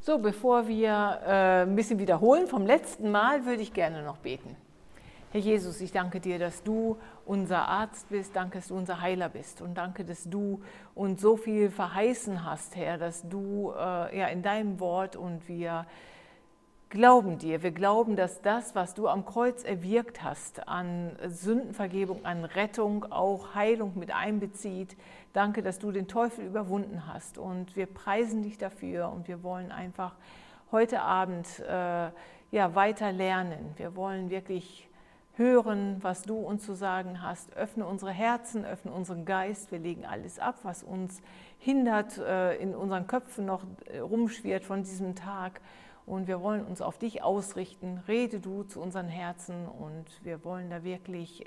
So, bevor wir ein bisschen wiederholen vom letzten Mal, würde ich gerne noch beten. Herr Jesus, ich danke dir, dass du unser Arzt bist, danke, dass du unser Heiler bist und danke, dass du uns so viel verheißen hast, Herr, dass du in deinem Wort und wir glauben dir, wir glauben, dass das, was du am Kreuz erwirkt hast, an Sündenvergebung, an Rettung, auch Heilung mit einbezieht. Danke, dass du den Teufel überwunden hast und wir preisen dich dafür und wir wollen einfach heute Abend weiter lernen. Wir wollen wirklich hören, was du uns zu sagen hast. Öffne unsere Herzen, öffne unseren Geist. Wir legen alles ab, was uns hindert, in unseren Köpfen noch rumschwirrt von diesem Tag. Und wir wollen uns auf dich ausrichten. Rede du zu unseren Herzen und wir wollen da wirklich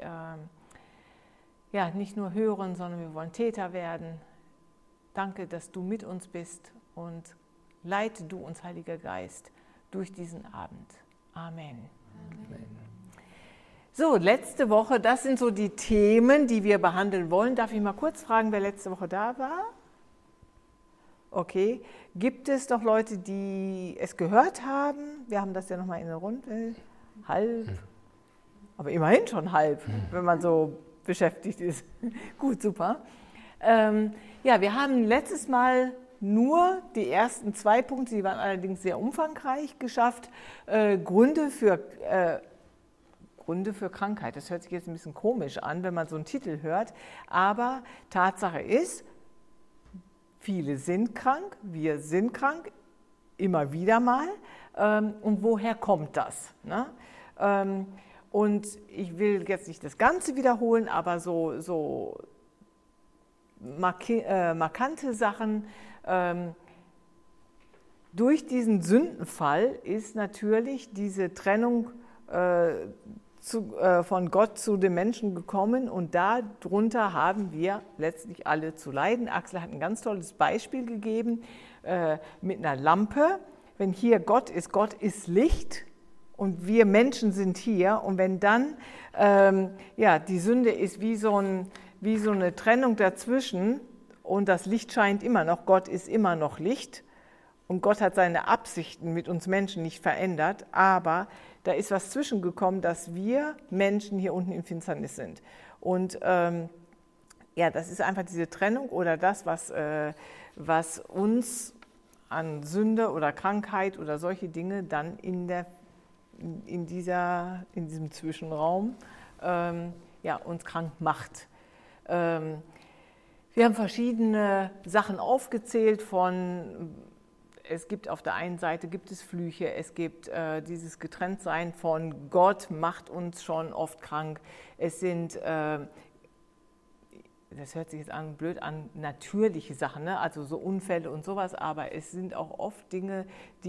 nicht nur hören, sondern wir wollen Täter werden. Danke, dass du mit uns bist und leite du uns, Heiliger Geist, durch diesen Abend. Amen. Amen. So, letzte Woche, das sind so die Themen, die wir behandeln wollen. Darf ich mal kurz fragen, wer letzte Woche da war? Okay. Gibt es doch Leute, die es gehört haben? Wir haben das ja nochmal in der Runde. Halb. Aber immerhin schon halb, wenn man so beschäftigt ist. Gut, super. Wir haben letztes Mal nur die ersten 2 Punkte, die waren allerdings sehr umfangreich, geschafft. Gründe für Krankheit. Das hört sich jetzt ein bisschen komisch an, wenn man so einen Titel hört. Aber Tatsache ist, viele sind krank, wir sind krank, immer wieder mal. Und woher kommt das? Ne? Und ich will jetzt nicht das Ganze wiederholen, aber so markante Sachen. Durch diesen Sündenfall ist natürlich diese Trennung von Gott zu den Menschen gekommen und darunter haben wir letztlich alle zu leiden. Axel hat ein ganz tolles Beispiel gegeben mit einer Lampe. Wenn hier Gott ist Licht und wir Menschen sind hier und wenn dann die Sünde ist wie so eine Trennung dazwischen und das Licht scheint immer noch, Gott ist immer noch Licht und Gott hat seine Absichten mit uns Menschen nicht verändert, aber da ist was zwischengekommen, dass wir Menschen hier unten in Finsternis sind. Und das ist einfach diese Trennung oder das, was uns an Sünde oder Krankheit oder solche Dinge dann in diesem Zwischenraum uns krank macht. Wir haben verschiedene Sachen aufgezählt es gibt auf der einen Seite gibt es Flüche, es gibt dieses Getrenntsein von Gott macht uns schon oft krank. Es sind, das hört sich jetzt blöd an, natürliche Sachen, ne? Also so Unfälle und sowas, aber es sind auch oft Dinge,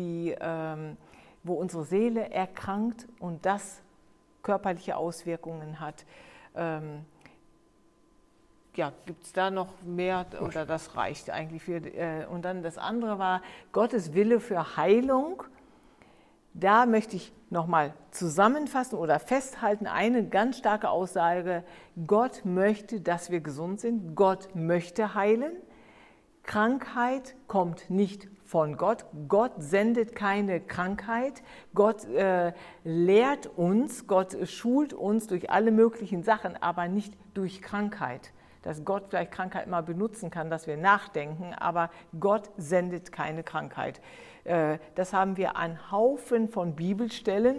wo unsere Seele erkrankt und das körperliche Auswirkungen hat. Gibt es da noch mehr oder das reicht eigentlich für? Und dann das andere war Gottes Wille für Heilung. Da möchte ich nochmal zusammenfassen oder festhalten, eine ganz starke Aussage. Gott möchte, dass wir gesund sind. Gott möchte heilen. Krankheit kommt nicht von Gott. Gott sendet keine Krankheit. Gott lehrt uns, Gott schult uns durch alle möglichen Sachen, aber nicht durch Krankheit. Dass Gott vielleicht Krankheit mal benutzen kann, dass wir nachdenken, aber Gott sendet keine Krankheit. Das haben wir an Haufen von Bibelstellen,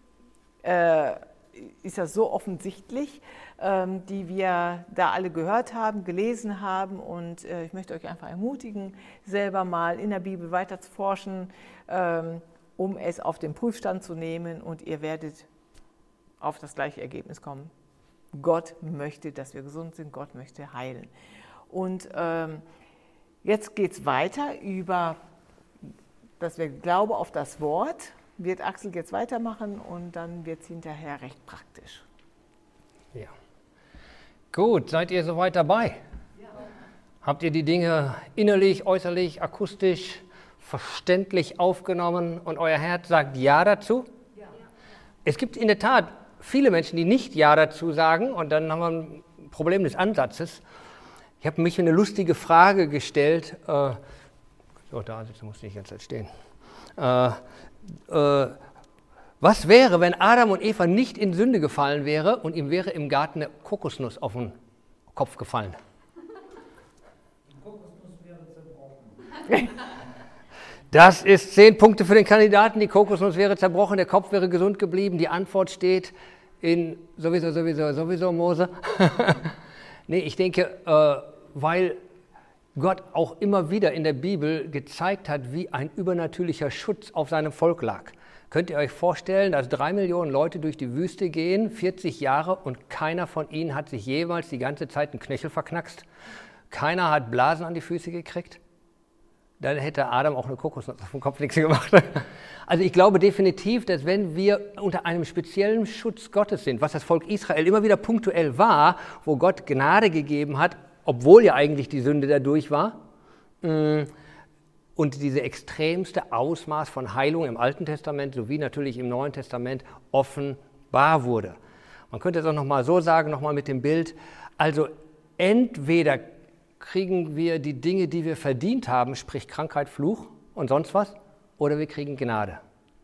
ist das so offensichtlich, die wir da alle gehört haben, gelesen haben und ich möchte euch einfach ermutigen, selber mal in der Bibel weiter zu forschen, um es auf den Prüfstand zu nehmen und ihr werdet auf das gleiche Ergebnis kommen. Gott möchte, dass wir gesund sind, Gott möchte heilen. Und jetzt geht es weiter über, dass wir glauben auf das Wort, wird Axel jetzt weitermachen und dann wird es hinterher recht praktisch. Ja. Gut, seid ihr soweit dabei? Ja. Habt ihr die Dinge innerlich, äußerlich, akustisch, verständlich aufgenommen und euer Herz sagt Ja dazu? Ja. Es gibt in der Tat viele Menschen, die nicht Ja dazu sagen und dann haben wir ein Problem des Ansatzes. Ich habe mich eine lustige Frage gestellt, So, da sitzen, muss ich die ganze Zeit stehen. Was wäre, wenn Adam und Eva nicht in Sünde gefallen wäre und ihm wäre im Garten eine Kokosnuss auf den Kopf gefallen? Die Kokosnuss wäre zerbrochen. Das ist 10 Punkte für den Kandidaten. Die Kokosnuss wäre zerbrochen, der Kopf wäre gesund geblieben. Die Antwort steht in sowieso Mose. Nee, ich denke, weil Gott auch immer wieder in der Bibel gezeigt hat, wie ein übernatürlicher Schutz auf seinem Volk lag. Könnt ihr euch vorstellen, dass 3 Millionen Leute durch die Wüste gehen, 40 Jahre, und keiner von ihnen hat sich jemals die ganze Zeit einen Knöchel verknackst? Keiner hat Blasen an die Füße gekriegt? Dann hätte Adam auch eine Kokosnuss auf dem Kopf nichts gemacht. Also ich glaube definitiv, dass wenn wir unter einem speziellen Schutz Gottes sind, was das Volk Israel immer wieder punktuell war, wo Gott Gnade gegeben hat, obwohl ja eigentlich die Sünde dadurch war, und diese extremste Ausmaß von Heilung im Alten Testament sowie natürlich im Neuen Testament offenbar wurde. Man könnte es auch nochmal so sagen, nochmal mit dem Bild, also entweder kriegen wir die Dinge, die wir verdient haben, sprich Krankheit, Fluch und sonst was, oder wir kriegen Gnade.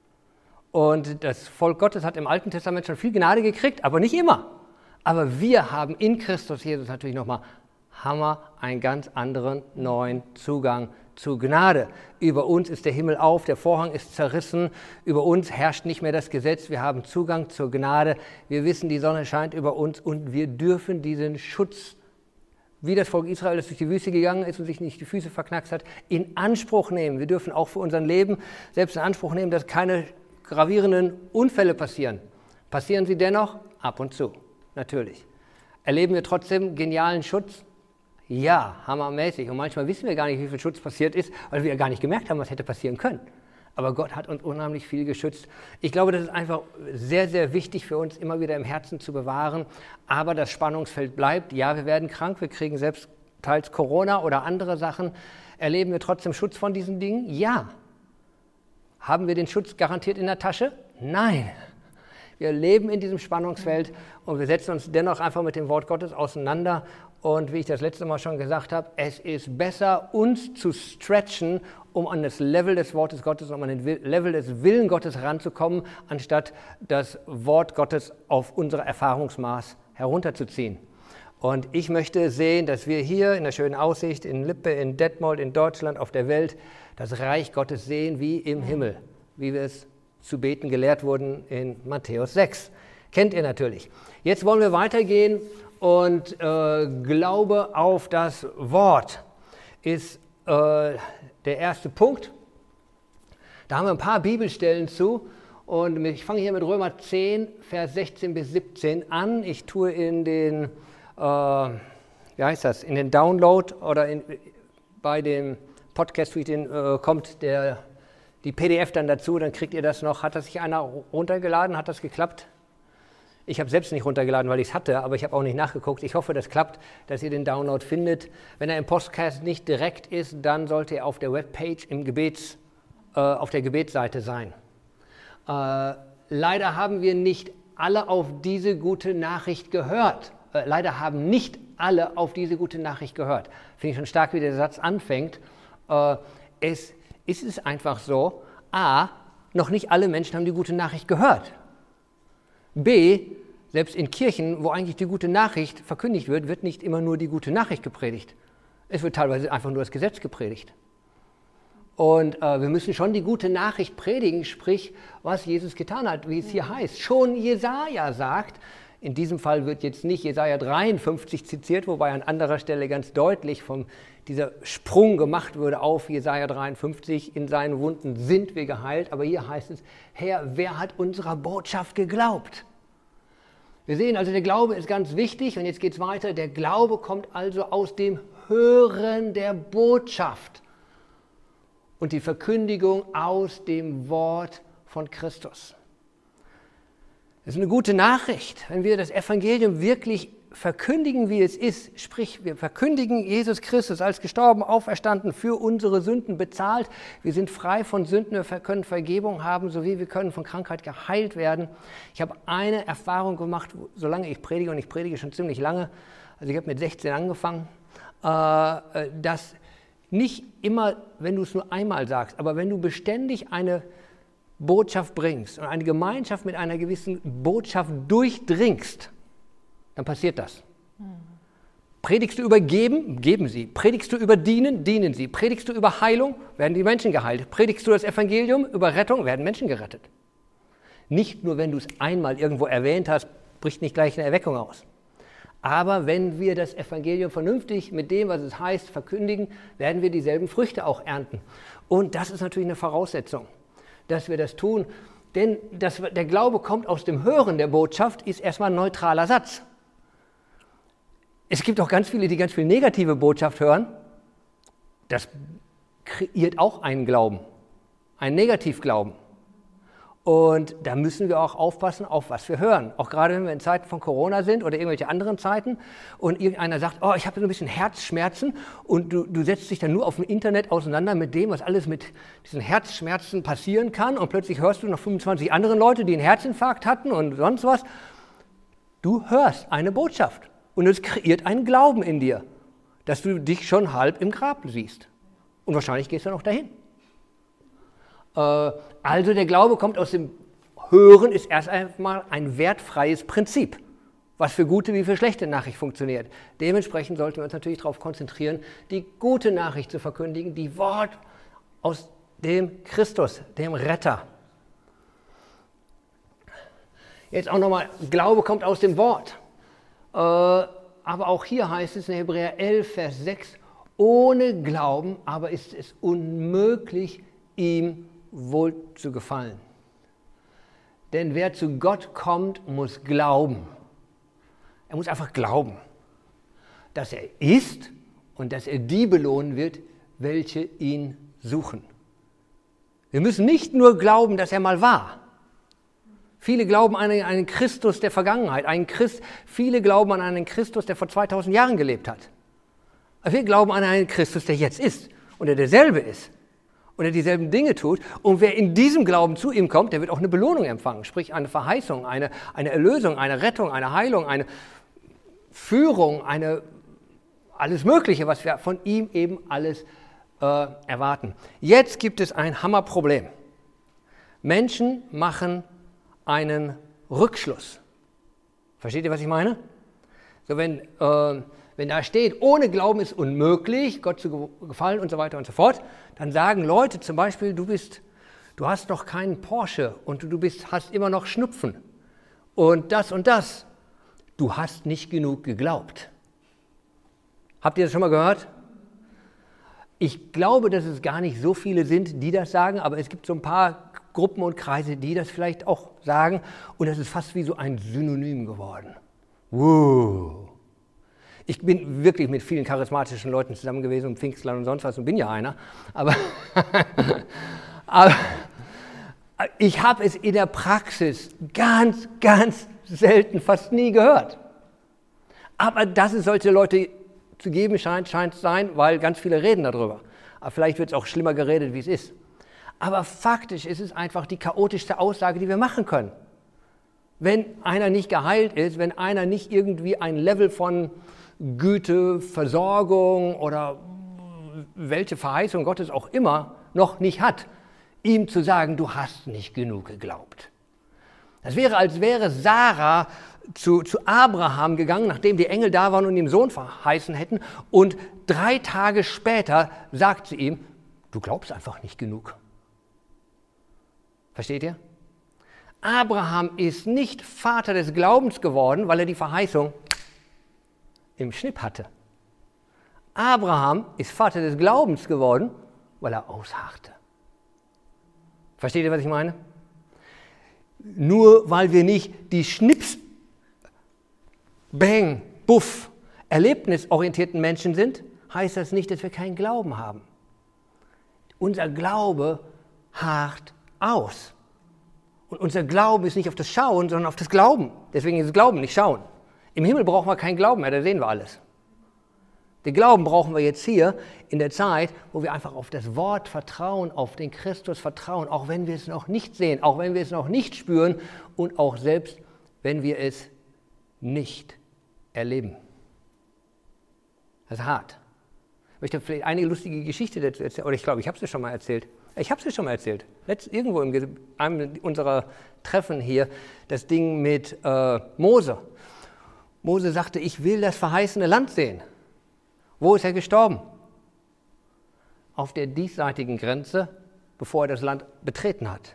Und das Volk Gottes hat im Alten Testament schon viel Gnade gekriegt, aber nicht immer. Aber wir haben in Christus Jesus natürlich nochmal einen ganz anderen neuen Zugang zu Gnade. Über uns ist der Himmel auf, der Vorhang ist zerrissen, über uns herrscht nicht mehr das Gesetz, wir haben Zugang zur Gnade, wir wissen, die Sonne scheint über uns und wir dürfen diesen Schutz, wie das Volk Israel, das durch die Wüste gegangen ist und sich nicht die Füße verknackst hat, in Anspruch nehmen. Wir dürfen auch für unser Leben selbst in Anspruch nehmen, dass keine gravierenden Unfälle passieren. Passieren sie dennoch? Ab und zu, natürlich. Erleben wir trotzdem genialen Schutz? Ja, hammermäßig. Und manchmal wissen wir gar nicht, wie viel Schutz passiert ist, weil wir ja gar nicht gemerkt haben, was hätte passieren können. Aber Gott hat uns unheimlich viel geschützt. Ich glaube, das ist einfach sehr, sehr wichtig für uns, immer wieder im Herzen zu bewahren. Aber das Spannungsfeld bleibt. Ja, wir werden krank, wir kriegen selbst teils Corona oder andere Sachen. Erleben wir trotzdem Schutz von diesen Dingen? Ja. Haben wir den Schutz garantiert in der Tasche? Nein. Wir leben in diesem Spannungsfeld und wir setzen uns dennoch einfach mit dem Wort Gottes auseinander. Und wie ich das letzte Mal schon gesagt habe, es ist besser, uns zu stretchen, um an das Level des Wortes Gottes, um an den Level des Willen Gottes ranzukommen, anstatt das Wort Gottes auf unser Erfahrungsmaß herunterzuziehen. Und ich möchte sehen, dass wir hier in der schönen Aussicht, in Lippe, in Detmold, in Deutschland, auf der Welt, das Reich Gottes sehen wie im Himmel, wie wir es zu beten gelehrt wurden in Matthäus 6. Kennt ihr natürlich. Jetzt wollen wir weitergehen. Und Glaube auf das Wort ist der erste Punkt. Da haben wir ein paar Bibelstellen zu. Und ich fange hier mit Römer 10, Vers 16 bis 17 an. Ich tue in den, in den Download oder bei dem Podcast, kommt die PDF dann dazu. Dann kriegt ihr das noch. Hat das sich einer runtergeladen? Hat das geklappt? Ich habe selbst nicht runtergeladen, weil ich es hatte, aber ich habe auch nicht nachgeguckt. Ich hoffe, das klappt, dass ihr den Download findet. Wenn er im Podcast nicht direkt ist, dann sollte er auf der Webpage auf der Gebetsseite sein. Leider haben wir nicht alle auf diese gute Nachricht gehört. Finde ich schon stark, wie der Satz anfängt. Es ist einfach so, noch nicht alle Menschen haben die gute Nachricht gehört. B, selbst in Kirchen, wo eigentlich die gute Nachricht verkündigt wird, wird nicht immer nur die gute Nachricht gepredigt. Es wird teilweise einfach nur das Gesetz gepredigt. Und wir müssen schon die gute Nachricht predigen, sprich, was Jesus getan hat, wie es hier heißt. Schon Jesaja sagt, in diesem Fall wird jetzt nicht Jesaja 53 zitiert, wobei an anderer Stelle ganz deutlich dieser Sprung gemacht wurde auf Jesaja 53, in seinen Wunden sind wir geheilt. Aber hier heißt es, Herr, wer hat unserer Botschaft geglaubt? Wir sehen also, der Glaube ist ganz wichtig und jetzt geht es weiter. Der Glaube kommt also aus dem Hören der Botschaft und die Verkündigung aus dem Wort von Christus. Das ist eine gute Nachricht, wenn wir das Evangelium wirklich verkündigen, wie es ist, sprich, wir verkündigen Jesus Christus als gestorben, auferstanden, für unsere Sünden bezahlt. Wir sind frei von Sünden, wir können Vergebung haben, sowie wir können von Krankheit geheilt werden. Ich habe eine Erfahrung gemacht, solange ich predige, und ich predige schon ziemlich lange, also ich habe mit 16 angefangen, dass Nicht immer, wenn du es nur einmal sagst, aber wenn du beständig eine Botschaft bringst und eine Gemeinschaft mit einer gewissen Botschaft durchdringst, dann passiert das. Predigst du über Geben, geben sie. Predigst du über Dienen, dienen sie. Predigst du über Heilung, werden die Menschen geheilt. Predigst du das Evangelium über Rettung, werden Menschen gerettet. Nicht nur, wenn du es einmal irgendwo erwähnt hast, bricht nicht gleich eine Erweckung aus. Aber wenn wir das Evangelium vernünftig mit dem, was es heißt, verkündigen, werden wir dieselben Früchte auch ernten. Und das ist natürlich eine Voraussetzung, dass wir das tun. Denn der Glaube kommt aus dem Hören der Botschaft, ist erstmal ein neutraler Satz. Es gibt auch ganz viele, die ganz viel negative Botschaft hören. Das kreiert auch einen Glauben, einen Negativglauben. Und da müssen wir auch aufpassen, auf was wir hören. Auch gerade wenn wir in Zeiten von Corona sind oder irgendwelche anderen Zeiten und irgendeiner sagt, oh, ich habe so ein bisschen Herzschmerzen und du setzt dich dann nur auf dem Internet auseinander mit dem, was alles mit diesen Herzschmerzen passieren kann und plötzlich hörst du noch 25 andere Leute, die einen Herzinfarkt hatten und sonst was. Du hörst eine Botschaft und es kreiert einen Glauben in dir, dass du dich schon halb im Grab siehst. Und wahrscheinlich gehst du noch dahin. Also der Glaube kommt aus dem Hören, ist erst einmal ein wertfreies Prinzip, was für gute wie für schlechte Nachricht funktioniert. Dementsprechend sollten wir uns natürlich darauf konzentrieren, die gute Nachricht zu verkündigen, die Wort aus dem Christus, dem Retter. Jetzt auch nochmal, Glaube kommt aus dem Wort. Aber auch hier heißt es in Hebräer 11, Vers 6, ohne Glauben aber ist es unmöglich, ihm wohl zu gefallen. Denn wer zu Gott kommt, muss glauben. Er muss einfach glauben, dass er ist und dass er die belohnen wird, welche ihn suchen. Wir müssen nicht nur glauben, dass er mal war. Viele glauben an einen Christus der Vergangenheit. Viele glauben an einen Christus, der vor 2000 Jahren gelebt hat. Aber wir glauben an einen Christus, der jetzt ist und der derselbe ist. Und er dieselben Dinge tut. Und wer in diesem Glauben zu ihm kommt, der wird auch eine Belohnung empfangen. Sprich eine Verheißung, eine Erlösung, eine Rettung, eine Heilung, eine Führung, alles Mögliche, was wir von ihm eben alles erwarten. Jetzt gibt es ein Hammerproblem. Menschen machen einen Rückschluss. Versteht ihr, was ich meine? So, wenn da steht, ohne Glauben ist unmöglich, Gott zu gefallen und so weiter und so fort, dann sagen Leute zum Beispiel, du hast noch keinen Porsche und hast immer noch Schnupfen und das. Du hast nicht genug geglaubt. Habt ihr das schon mal gehört? Ich glaube, dass es gar nicht so viele sind, die das sagen, aber es gibt so ein paar Gruppen und Kreise, die das vielleicht auch sagen und das ist fast wie so ein Synonym geworden. Wow. Ich bin wirklich mit vielen charismatischen Leuten zusammen gewesen und Pfingstlern und sonst was und bin ja einer. Aber ich habe es in der Praxis ganz, ganz selten, fast nie gehört. Aber dass es solche Leute zu geben scheint es sein, weil ganz viele reden darüber. Aber vielleicht wird es auch schlimmer geredet, wie es ist. Aber faktisch ist es einfach die chaotischste Aussage, die wir machen können. Wenn einer nicht geheilt ist, wenn einer nicht irgendwie ein Level von Güte, Versorgung oder welche Verheißung Gottes auch immer noch nicht hat, ihm zu sagen, du hast nicht genug geglaubt. Das wäre, als wäre Sarah zu Abraham gegangen, nachdem die Engel da waren und ihm Sohn verheißen hätten und 3 Tage später sagt sie ihm, du glaubst einfach nicht genug. Versteht ihr? Abraham ist nicht Vater des Glaubens geworden, weil er die Verheißung im Schnipp hatte. Abraham ist Vater des Glaubens geworden, weil er ausharrte. Versteht ihr, was ich meine? Nur weil wir nicht die Schnips, Bang, Buff, erlebnisorientierten Menschen sind, heißt das nicht, dass wir keinen Glauben haben. Unser Glaube harrt aus. Und unser Glauben ist nicht auf das Schauen, sondern auf das Glauben. Deswegen ist es Glauben, nicht Schauen. Im Himmel brauchen wir keinen Glauben mehr, da sehen wir alles. Den Glauben brauchen wir jetzt hier in der Zeit, wo wir einfach auf das Wort vertrauen, auf den Christus vertrauen, auch wenn wir es noch nicht sehen, auch wenn wir es noch nicht spüren und auch selbst, wenn wir es nicht erleben. Das ist hart. Ich möchte vielleicht eine lustige Geschichte dazu erzählen, oder ich glaube, ich habe sie schon mal erzählt. Ich habe sie schon mal erzählt. Irgendwo in einem unserer Treffen hier, das Ding mit Mose. Mose sagte, ich will das verheißene Land sehen. Wo ist er gestorben? Auf der diesseitigen Grenze, bevor er das Land betreten hat.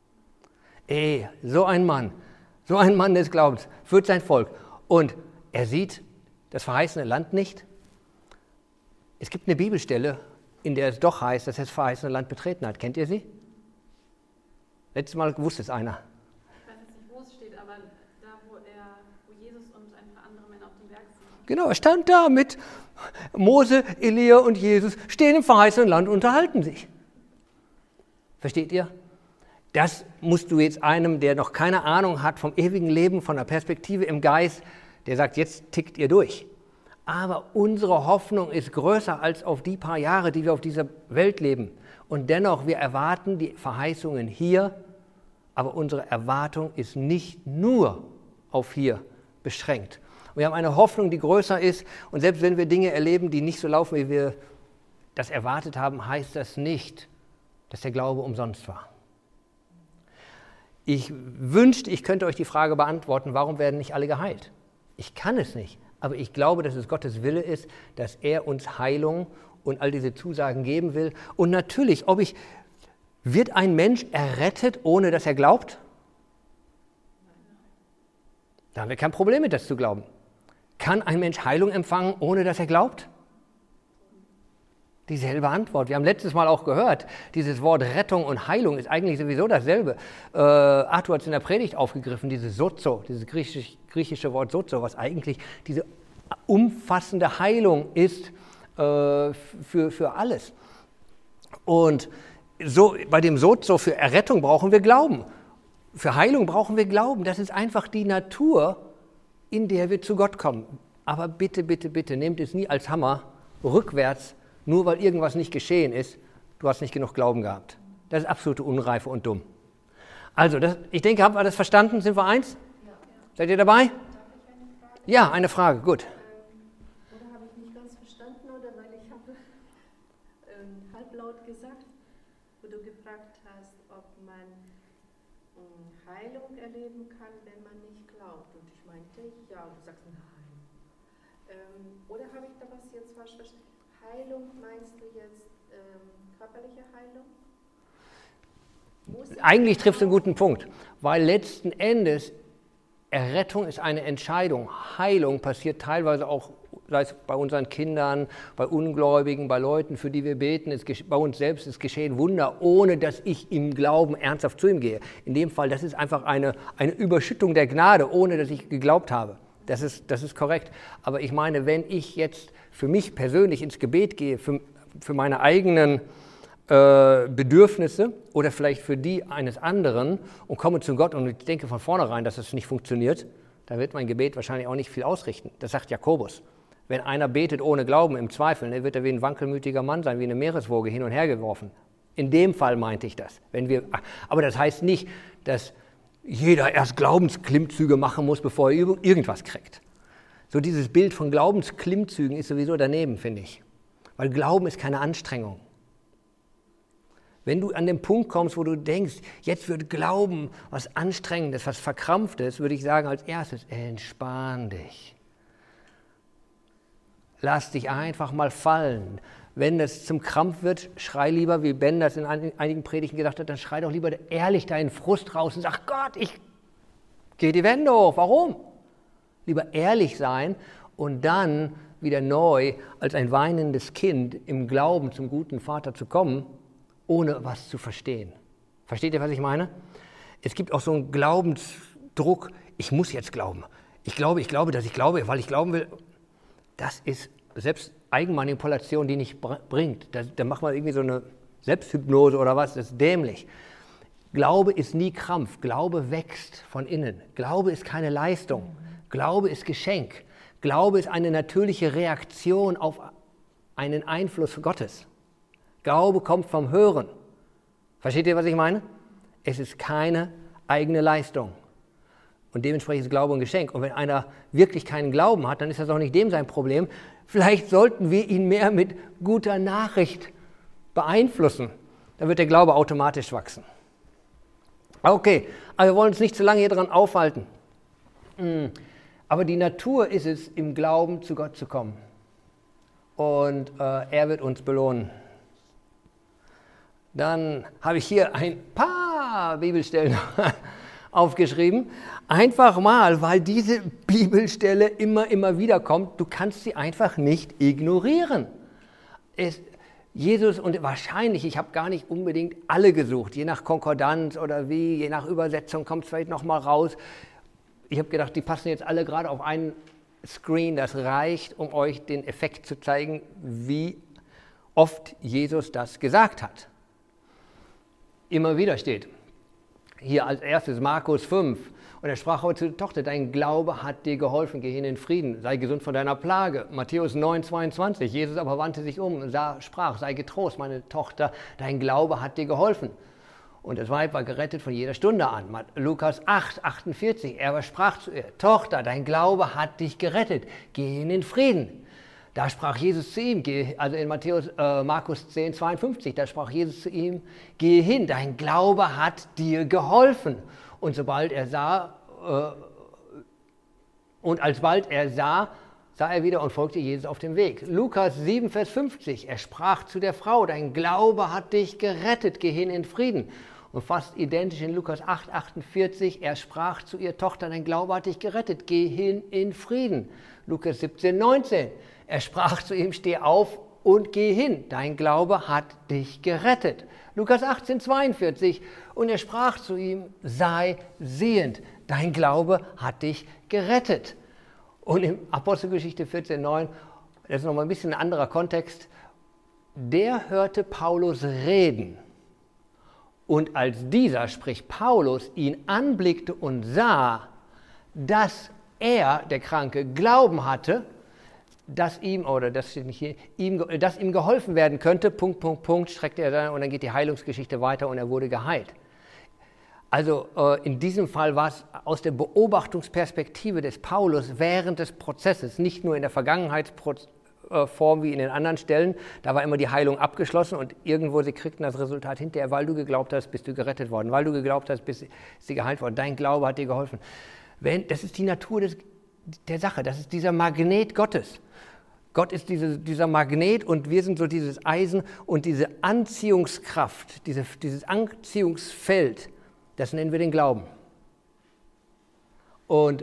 So ein Mann des Glaubens, führt sein Volk. Und er sieht das verheißene Land nicht. Es gibt eine Bibelstelle, in der es doch heißt, dass er das verheißene Land betreten hat. Kennt ihr sie? Letztes Mal wusste es einer. Ich weiß jetzt nicht, wo es steht, aber da, wo Jesus und ein paar andere Männer auf dem Berg sind. Genau, er stand da mit Mose, Elia und Jesus, stehen im verheißenen Land und unterhalten sich. Versteht ihr? Das musst du jetzt einem, der noch keine Ahnung hat vom ewigen Leben, von der Perspektive im Geist, der sagt, jetzt tickt ihr durch. Aber unsere Hoffnung ist größer als auf die paar Jahre, die wir auf dieser Welt leben. Und dennoch, wir erwarten die Verheißungen hier, aber unsere Erwartung ist nicht nur auf hier beschränkt. Wir haben eine Hoffnung, die größer ist. Und selbst wenn wir Dinge erleben, die nicht so laufen, wie wir das erwartet haben, heißt das nicht, dass der Glaube umsonst war. Ich wünschte, ich könnte euch die Frage beantworten, warum werden nicht alle geheilt? Ich kann es nicht, aber ich glaube, dass es Gottes Wille ist, dass er uns Heilung und all diese Zusagen geben will. Und natürlich, wird ein Mensch errettet, ohne dass er glaubt? Da haben wir kein Problem mit, das zu glauben. Kann ein Mensch Heilung empfangen, ohne dass er glaubt? Dieselbe Antwort. Wir haben letztes Mal auch gehört, dieses Wort Rettung und Heilung ist eigentlich sowieso dasselbe. Arthur hat es in der Predigt aufgegriffen, dieses Sozo, dieses griechische Wort Sozo, was eigentlich diese umfassende Heilung ist für alles. Und so bei dem Sozo für Errettung brauchen wir Glauben. Für Heilung brauchen wir Glauben. Das ist einfach die Natur, in der wir zu Gott kommen. Aber bitte, bitte, bitte, nehmt es nie als Hammer rückwärts, nur weil irgendwas nicht geschehen ist, du hast nicht genug Glauben gehabt. Das ist absolute Unreife und dumm. Also, ich denke, habt ihr das verstanden? Sind wir eins? Ja. Seid ihr dabei? Darf ich eine Frage? Ja, eine Frage, gut. Oder habe ich nicht ganz verstanden, oder weil ich habe halblaut gesagt, wo du gefragt hast, ob man Heilung erleben kann, wenn man nicht glaubt. Und ich meinte, ja, und du sagst nein. Oder habe ich da was jetzt falsch verstanden? Heilung, meinst du jetzt körperliche Heilung? Eigentlich triffst du einen guten Punkt, weil letzten Endes Errettung ist eine Entscheidung. Heilung passiert teilweise auch, sei es bei unseren Kindern, bei Ungläubigen, bei Leuten, für die wir beten. Bei uns selbst ist geschehen Wunder, ohne dass ich im Glauben ernsthaft zu ihm gehe. In dem Fall, das ist einfach eine Überschüttung der Gnade, ohne dass ich geglaubt habe. Das ist korrekt. Aber ich meine, wenn ich jetzt für mich persönlich ins Gebet gehe, für meine eigenen Bedürfnisse oder vielleicht für die eines anderen und komme zu Gott und ich denke von vornherein, dass es nicht funktioniert, dann wird mein Gebet wahrscheinlich auch nicht viel ausrichten. Das sagt Jakobus. Wenn einer betet ohne Glauben, im Zweifel, dann wird er wie ein wankelmütiger Mann sein, wie eine Meereswoge hin und her geworfen. In dem Fall meinte ich das. Aber das heißt nicht, dass jeder erst Glaubensklimmzüge machen muss, bevor er irgendwas kriegt. So dieses Bild von Glaubensklimmzügen ist sowieso daneben, finde ich. Weil Glauben ist keine Anstrengung. Wenn du an den Punkt kommst, wo du denkst, jetzt wird Glauben was Anstrengendes, was Verkrampftes, würde ich sagen als erstes, entspann dich. Lass dich einfach mal fallen. Wenn das zum Krampf wird, schrei lieber, wie Ben das in einigen Predigten gesagt hat, dann schrei doch lieber ehrlich deinen Frust raus und sag, Gott, ich gehe die Wände hoch. Warum? Lieber ehrlich sein und dann wieder neu als ein weinendes Kind im Glauben zum guten Vater zu kommen, ohne was zu verstehen. Versteht ihr, was ich meine? Es gibt auch so einen Glaubensdruck, ich muss jetzt glauben. Ich glaube, dass ich glaube, weil ich glauben will. Das ist selbst Eigenmanipulation, die nicht bringt. Da macht man irgendwie so eine Selbsthypnose oder was, das ist dämlich. Glaube ist nie Krampf, Glaube wächst von innen. Glaube ist keine Leistung, Glaube ist Geschenk. Glaube ist eine natürliche Reaktion auf einen Einfluss Gottes. Glaube kommt vom Hören. Versteht ihr, was ich meine? Es ist keine eigene Leistung. Und dementsprechend ist Glaube ein Geschenk. Und wenn einer wirklich keinen Glauben hat, dann ist das auch nicht dem sein Problem. Vielleicht sollten wir ihn mehr mit guter Nachricht beeinflussen. Dann wird der Glaube automatisch wachsen. Okay, aber wir wollen uns nicht zu lange hier dran aufhalten. Aber die Natur ist es, im Glauben zu Gott zu kommen. Und er wird uns belohnen. Dann habe ich hier ein paar Bibelstellen aufgeschrieben. Einfach mal, weil diese Bibelstelle immer wieder kommt. Du kannst sie einfach nicht ignorieren. Jesus, und wahrscheinlich, ich habe gar nicht unbedingt alle gesucht, je nach Konkordanz oder wie, je nach Übersetzung kommt es vielleicht nochmal raus. Ich habe gedacht, die passen jetzt alle gerade auf einen Screen. Das reicht, um euch den Effekt zu zeigen, wie oft Jesus das gesagt hat. Immer wieder steht. Hier als erstes Markus 5. Und er sprach aber zu der Tochter, dein Glaube hat dir geholfen, geh hin in Frieden, sei gesund von deiner Plage. Matthäus 9, 22. Jesus aber wandte sich um und sprach, sei getrost, meine Tochter, dein Glaube hat dir geholfen. Und das Weib war gerettet von jeder Stunde an. Lukas 8, 48. Er aber sprach zu ihr, Tochter, dein Glaube hat dich gerettet, geh hin in Frieden. Da sprach Jesus zu ihm, also in Markus 10, 52, da sprach Jesus zu ihm, geh hin, dein Glaube hat dir geholfen. Und alsbald er sah er wieder und folgte Jesus auf dem Weg. Lukas 7, Vers 50, er sprach zu der Frau, dein Glaube hat dich gerettet, geh hin in Frieden. Und fast identisch in Lukas 8, 48, er sprach zu ihr, Tochter, dein Glaube hat dich gerettet, geh hin in Frieden. Lukas 17, 19, er sprach zu ihm, steh auf und geh hin, dein Glaube hat dich gerettet. Lukas 18, 42, und er sprach zu ihm, sei sehend, dein Glaube hat dich gerettet. Und in Apostelgeschichte 14, 9, das ist nochmal ein bisschen ein anderer Kontext, der hörte Paulus reden. Und als dieser, sprich Paulus, ihn anblickte und sah, dass er, der Kranke, Glauben hatte, dass ihm geholfen werden könnte, streckte er dann und dann geht die Heilungsgeschichte weiter und er wurde geheilt. Also in diesem Fall war es aus der Beobachtungsperspektive des Paulus während des Prozesses, nicht nur in der Vergangenheitsform wie in den anderen Stellen, da war immer die Heilung abgeschlossen und irgendwo sie kriegten das Resultat hinterher, weil du geglaubt hast, bist du gerettet worden, weil du geglaubt hast, bist du geheilt worden, dein Glaube hat dir geholfen. Das ist die Natur der Sache, das ist dieser Magnet Gottes. Gott ist dieser Magnet und wir sind so dieses Eisen und diese Anziehungskraft, dieses Anziehungsfeld, das nennen wir den Glauben. Und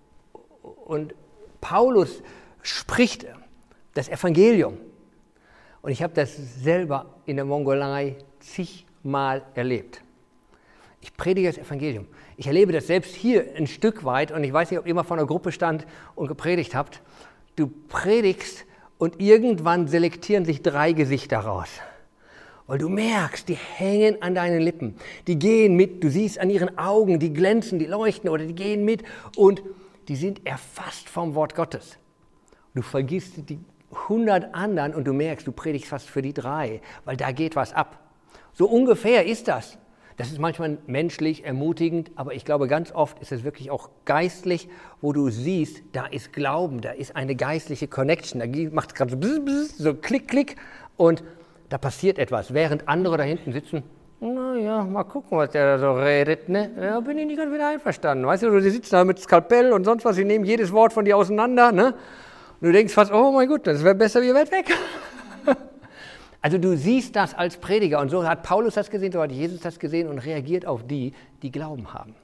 Paulus spricht das Evangelium. Und ich habe das selber in der Mongolei zigmal erlebt. Ich predige das Evangelium. Ich erlebe das selbst hier ein Stück weit und ich weiß nicht, ob ihr mal vor einer Gruppe stand und gepredigt habt. Du predigst und irgendwann selektieren sich 3 Gesichter raus. Weil du merkst, die hängen an deinen Lippen, die gehen mit, du siehst an ihren Augen, die glänzen, die leuchten oder die gehen mit und die sind erfasst vom Wort Gottes. Du vergisst die 100 anderen und du merkst, du predigst fast für die 3, weil da geht was ab. So ungefähr ist das. Das ist manchmal menschlich ermutigend, aber ich glaube, ganz oft ist es wirklich auch geistlich, wo du siehst, da ist Glauben, da ist eine geistliche Connection, da macht es gerade so, bzz, bzz, so klick, klick und da passiert etwas, während andere da hinten sitzen, naja, mal gucken, was der da so redet, ne? Ja, bin ich nicht ganz wieder einverstanden, weißt du, die sitzen da mit Skalpell und sonst was, sie nehmen jedes Wort von dir auseinander, ne? Und du denkst fast, oh mein Gott, das wäre besser, ihr wärt weg. Also du siehst das als Prediger und so hat Paulus das gesehen, so hat Jesus das gesehen und reagiert auf die Glauben haben.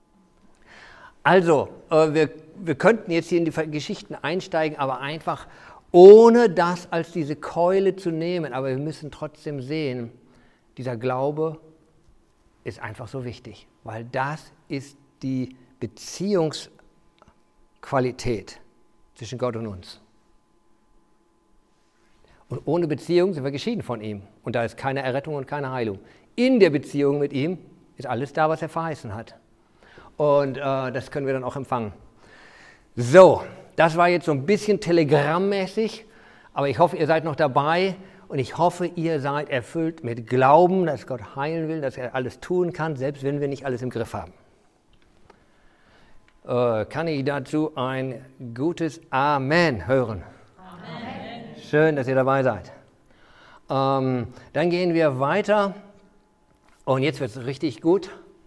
Also, wir könnten jetzt hier in die Geschichten einsteigen, aber einfach ohne das als diese Keule zu nehmen. Aber wir müssen trotzdem sehen, dieser Glaube ist einfach so wichtig, weil das ist die Beziehungsqualität zwischen Gott und uns. Und ohne Beziehung sind wir geschieden von ihm. Und da ist keine Errettung und keine Heilung. In der Beziehung mit ihm ist alles da, was er verheißen hat. Und das können wir dann auch empfangen. So, das war jetzt so ein bisschen telegrammmäßig, aber ich hoffe, ihr seid noch dabei und ich hoffe, ihr seid erfüllt mit Glauben, dass Gott heilen will, dass er alles tun kann, selbst wenn wir nicht alles im Griff haben. Kann ich dazu ein gutes Amen hören? Amen. Schön, dass ihr dabei seid. Dann gehen wir weiter. Und jetzt wird es richtig gut.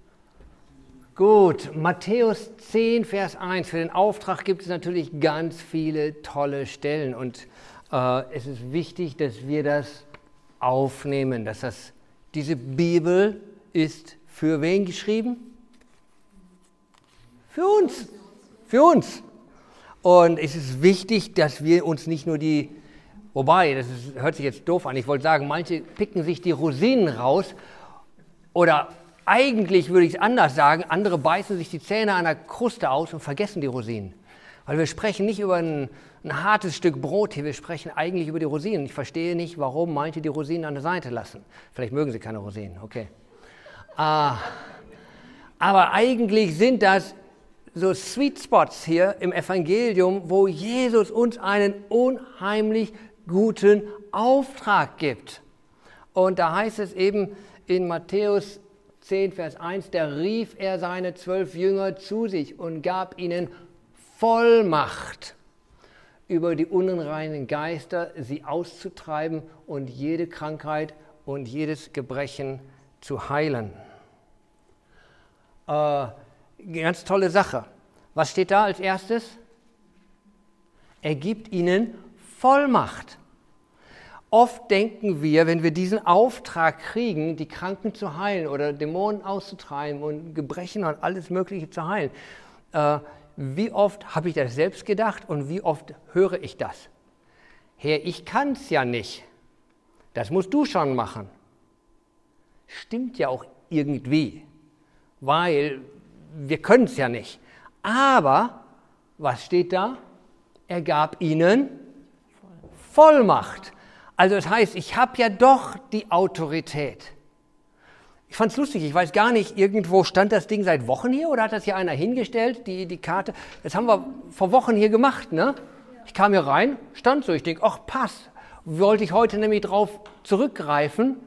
Gut, Matthäus 10, Vers 1. Für den Auftrag gibt es natürlich ganz viele tolle Stellen. Und es ist wichtig, dass wir das aufnehmen. Diese Bibel ist für wen geschrieben? Für uns. Für uns. Und es ist wichtig, dass wir uns nicht nur hört sich jetzt doof an, ich wollte sagen, manche picken sich die Rosinen raus oder eigentlich würde ich es anders sagen, andere beißen sich die Zähne an der Kruste aus und vergessen die Rosinen. Weil wir sprechen nicht über ein hartes Stück Brot hier, wir sprechen eigentlich über die Rosinen. Ich verstehe nicht, warum manche die Rosinen an der Seite lassen. Vielleicht mögen sie keine Rosinen, okay. Aber eigentlich sind das so Sweet Spots hier im Evangelium, wo Jesus uns einen unheimlich guten Auftrag gibt. Und da heißt es eben in Matthäus 10, Vers 1, da rief er seine 12 Jünger zu sich und gab ihnen Vollmacht über die unreinen Geister, sie auszutreiben und jede Krankheit und jedes Gebrechen zu heilen. Ganz tolle Sache. Was steht da als erstes? Er gibt ihnen Vollmacht. Oft denken wir, wenn wir diesen Auftrag kriegen, die Kranken zu heilen oder Dämonen auszutreiben und Gebrechen und alles Mögliche zu heilen, wie oft habe ich das selbst gedacht und wie oft höre ich das? Herr, ich kann es ja nicht. Das musst du schon machen. Stimmt ja auch irgendwie, weil wir können es ja nicht. Aber, was steht da? Er gab ihnen Vollmacht. Also das heißt, ich habe ja doch die Autorität. Ich fand es lustig, ich weiß gar nicht, irgendwo stand das Ding seit Wochen hier oder hat das hier einer hingestellt, die Karte? Das haben wir vor Wochen hier gemacht, ne? Ich kam hier rein, stand so, ich denke, ach, passt. Wollte ich heute nämlich drauf zurückgreifen.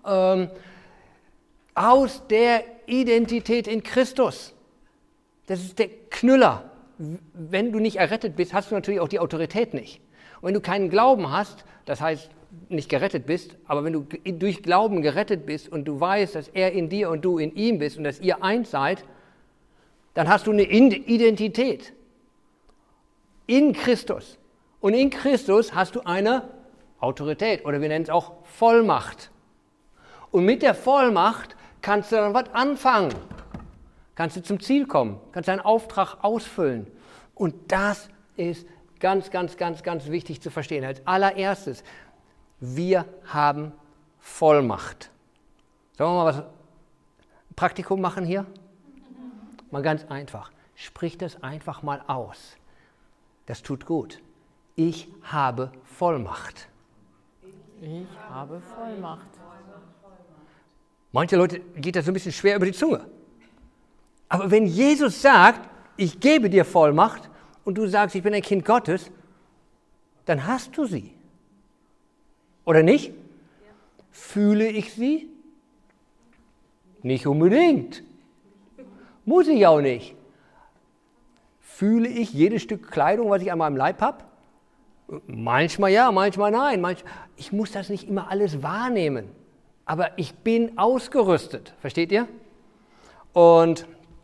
Aus der Identität in Christus. Das ist der Knüller. Wenn du nicht errettet bist, hast du natürlich auch die Autorität nicht. Und wenn du keinen Glauben hast, das heißt nicht gerettet bist, aber wenn du durch Glauben gerettet bist und du weißt, dass er in dir und du in ihm bist und dass ihr eins seid, dann hast du eine Identität in Christus. Und in Christus hast du eine Autorität oder wir nennen es auch Vollmacht. Und mit der Vollmacht kannst du dann was anfangen. Kannst du zum Ziel kommen, kannst deinen Auftrag ausfüllen. Und das ist ganz, ganz, ganz, ganz wichtig zu verstehen. Als allererstes, wir haben Vollmacht. Sollen wir mal ein Praktikum machen hier? Mal ganz einfach. Sprich das einfach mal aus. Das tut gut. Ich habe Vollmacht. Ich habe Vollmacht. Manche Leute geht das so ein bisschen schwer über die Zunge. Aber wenn Jesus sagt, ich gebe dir Vollmacht und du sagst, ich bin ein Kind Gottes, dann hast du sie. Oder nicht? Ja. Fühle ich sie? Nicht unbedingt. Muss ich auch nicht. Fühle ich jedes Stück Kleidung, was ich an meinem Leib habe? Manchmal ja, manchmal nein. Ich muss das nicht immer alles wahrnehmen. Aber ich bin ausgerüstet. Versteht ihr? Und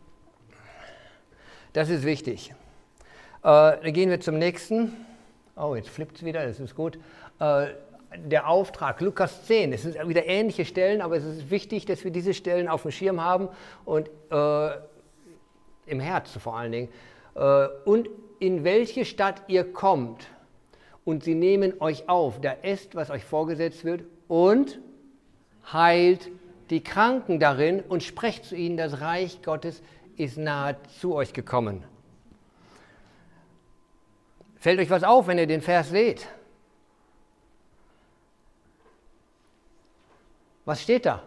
das ist wichtig. Dann gehen wir zum nächsten. Oh, jetzt flippt es wieder, das ist gut. Der Auftrag, Lukas 10. Es sind wieder ähnliche Stellen, aber es ist wichtig, dass wir diese Stellen auf dem Schirm haben und im Herzen vor allen Dingen. Und in welche Stadt ihr kommt und sie nehmen euch auf, da esst, was euch vorgesetzt wird und heilt die Kranken darin und sprecht zu ihnen, das Reich Gottes ist nahe zu euch gekommen. Fällt euch was auf, wenn ihr den Vers seht? Was steht da?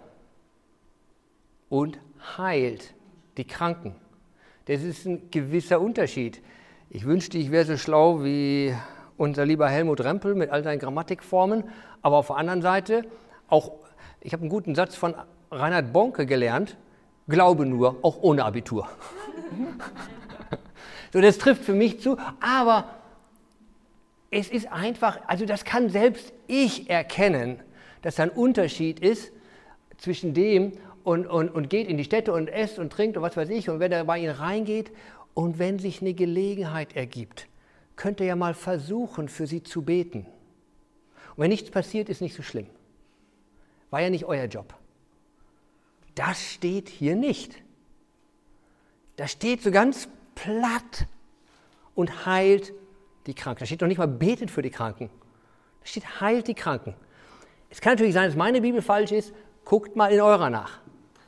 Und heilt die Kranken. Das ist ein gewisser Unterschied. Ich wünschte, ich wäre so schlau wie unser lieber Helmut Rempel mit all seinen Grammatikformen, aber auf der anderen Seite auch, ich habe einen guten Satz von Reinhard Bonke gelernt, glaube nur, auch ohne Abitur. So, das trifft für mich zu, aber es ist einfach, also das kann selbst ich erkennen, dass da ein Unterschied ist zwischen dem und geht in die Städte und esst und trinkt und was weiß ich, und wenn er bei ihnen reingeht und wenn sich eine Gelegenheit ergibt, könnt ihr ja mal versuchen, für sie zu beten. Und wenn nichts passiert, ist nicht so schlimm. War ja nicht euer Job. Das steht hier nicht. Das steht so ganz platt und heilt die Kranken. Da steht noch nicht mal betet für die Kranken. Da steht heilt die Kranken. Es kann natürlich sein, dass meine Bibel falsch ist. Guckt mal in eurer nach.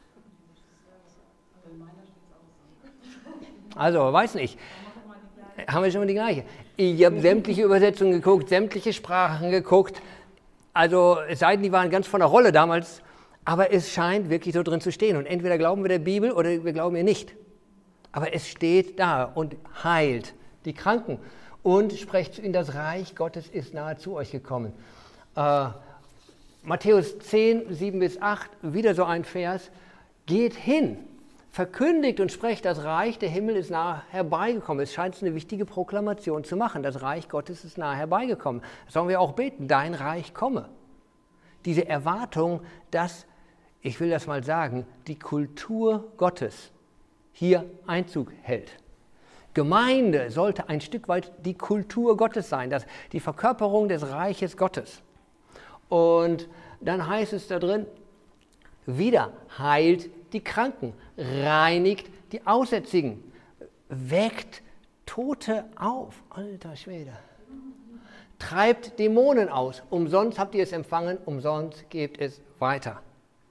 Also, weiß nicht. Haben wir schon mal die gleiche. Ich habe sämtliche Übersetzungen geguckt, sämtliche Sprachen geguckt. Also, es sei denn, die waren ganz von der Rolle damals. Aber es scheint wirklich so drin zu stehen. Und entweder glauben wir der Bibel oder wir glauben ihr nicht. Aber es steht da und heilt die Kranken. Und sprecht in das Reich Gottes ist nahe zu euch gekommen. Matthäus 10, 7 bis 8, wieder so ein Vers. Geht hin, verkündigt und sprecht, das Reich der Himmel ist nahe herbeigekommen. Es scheint eine wichtige Proklamation zu machen. Das Reich Gottes ist nahe herbeigekommen. Das sollen wir auch beten, dein Reich komme. Diese Erwartung, dass, ich will das mal sagen, die Kultur Gottes hier Einzug hält. Gemeinde sollte ein Stück weit die Kultur Gottes sein, die Verkörperung des Reiches Gottes. Und dann heißt es da drin, wieder heilt die Kranken, reinigt die Aussätzigen, weckt Tote auf, alter Schwede, treibt Dämonen aus, umsonst habt ihr es empfangen, umsonst gebt es weiter.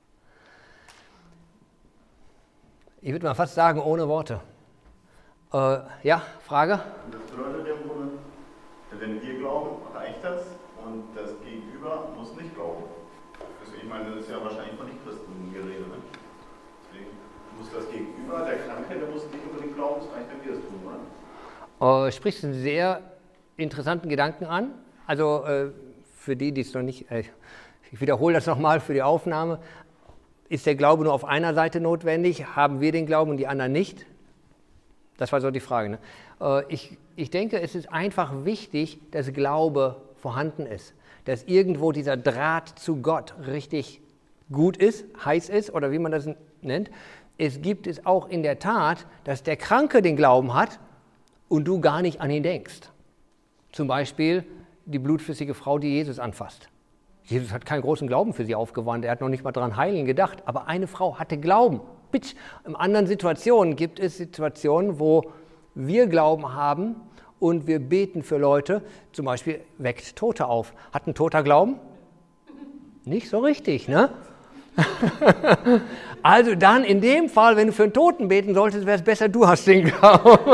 Ich würde mal fast sagen, ohne Worte. Ja, Frage? Das bedeutet im Grunde, wenn wir glauben, reicht das und das Gegenüber muss nicht glauben. Also ich meine, das ist ja wahrscheinlich von Nichtchristen Gerede. Ne? Deswegen muss das Gegenüber, der Kranke, der muss nicht unbedingt glauben, es reicht, wenn wir es tun, oder? Sprichst einen sehr interessanten Gedanken an. Also für die es noch nicht, ich wiederhole das nochmal für die Aufnahme. Ist der Glaube nur auf einer Seite notwendig? Haben wir den Glauben und die anderen nicht? Das war so die Frage. Ne? Ich denke, es ist einfach wichtig, dass Glaube vorhanden ist. Dass irgendwo dieser Draht zu Gott richtig gut ist, heiß ist oder wie man das nennt. Es gibt es auch in der Tat, dass der Kranke den Glauben hat und du gar nicht an ihn denkst. Zum Beispiel die blutflüssige Frau, die Jesus anfasst. Jesus hat keinen großen Glauben für sie aufgewandt, er hat noch nicht mal daran heilen gedacht, aber eine Frau hatte Glauben. Bitch. In anderen Situationen gibt es Situationen, wo wir Glauben haben und wir beten für Leute, zum Beispiel weckt Tote auf. Hat ein Toter Glauben? Nicht so richtig, ne? Also dann in dem Fall, wenn du für einen Toten beten solltest, wäre es besser, du hast den Glauben.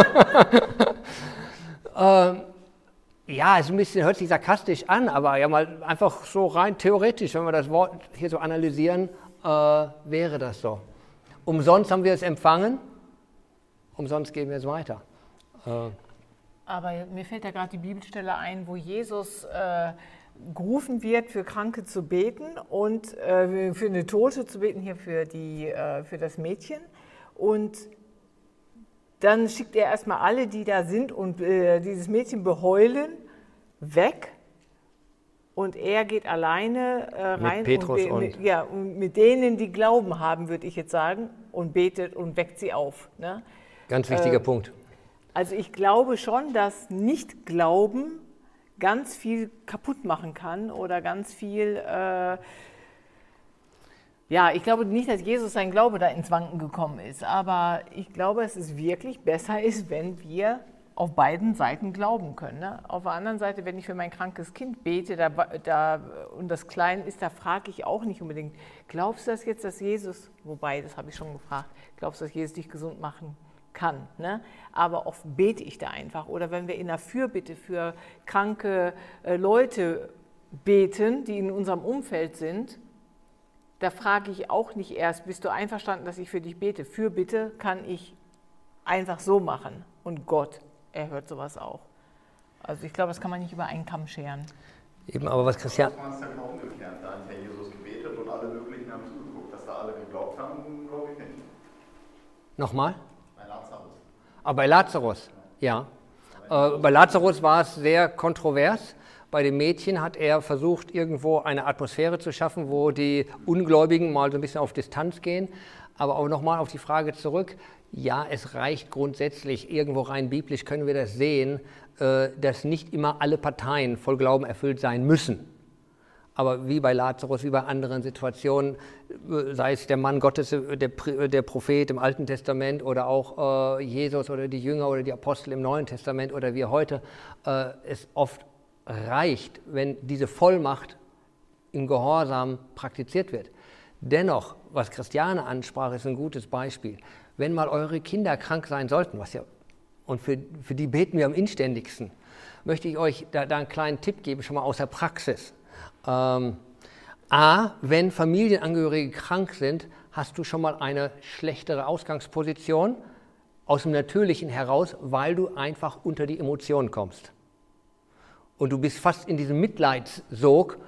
Ja, es hört sich sarkastisch an, aber ja mal einfach so rein theoretisch, wenn wir das Wort hier so analysieren, wäre das so. Umsonst haben wir es empfangen, umsonst geben wir es weiter. Aber mir fällt da gerade die Bibelstelle ein, wo Jesus gerufen wird, für Kranke zu beten und für eine Tote zu beten, hier für das Mädchen. Und dann schickt er erstmal alle, die da sind und dieses Mädchen beheulen, weg. Und er geht alleine rein mit Petrus und mit denen, die Glauben haben, würde ich jetzt sagen, und betet und weckt sie auf. Ne? Ganz wichtiger Punkt. Also ich glaube schon, dass Nicht-Glauben ganz viel kaputt machen kann oder ganz viel, ich glaube nicht, dass Jesus sein Glaube da ins Wanken gekommen ist, aber ich glaube, dass es wirklich besser ist, wenn wir auf beiden Seiten glauben können. Ne? Auf der anderen Seite, wenn ich für mein krankes Kind bete und das klein ist, da frage ich auch nicht unbedingt, glaubst du das jetzt, dass Jesus, wobei, das habe ich schon gefragt, glaubst du, dass Jesus dich gesund machen kann? Ne? Aber oft bete ich da einfach. Oder wenn wir in der Fürbitte für kranke Leute beten, die in unserem Umfeld sind, da frage ich auch nicht erst, bist du einverstanden, dass ich für dich bete? Fürbitte kann ich einfach so machen. Und Gott, er hört sowas auch. Also ich glaube, das kann man nicht über einen Kamm scheren. Eben, aber was Christian... Das war es dann umgekehrt. Da hat Herr Jesus gebetet und alle möglichen haben zugeguckt. Dass da alle geglaubt haben, glaube ich nicht. Nochmal? Bei Lazarus. Aber bei Lazarus. Ja. Bei Lazarus war es sehr kontrovers. Bei den Mädchen hat er versucht, irgendwo eine Atmosphäre zu schaffen, wo die Ungläubigen mal so ein bisschen auf Distanz gehen. Aber auch nochmal auf die Frage zurück. Ja, es reicht grundsätzlich, irgendwo rein biblisch können wir das sehen, dass nicht immer alle Parteien voll Glauben erfüllt sein müssen. Aber wie bei Lazarus, wie bei anderen Situationen, sei es der Mann Gottes, der Prophet im Alten Testament oder auch Jesus oder die Jünger oder die Apostel im Neuen Testament oder wir heute, es oft reicht, wenn diese Vollmacht im Gehorsam praktiziert wird. Dennoch, was Christiane ansprach, ist ein gutes Beispiel. Wenn mal eure Kinder krank sein sollten, und für die beten wir am inständigsten, möchte ich euch da einen kleinen Tipp geben, schon mal aus der Praxis. Wenn Familienangehörige krank sind, hast du schon mal eine schlechtere Ausgangsposition aus dem Natürlichen heraus, weil du einfach unter die Emotionen kommst. Und du bist fast in diesem Mitleidssog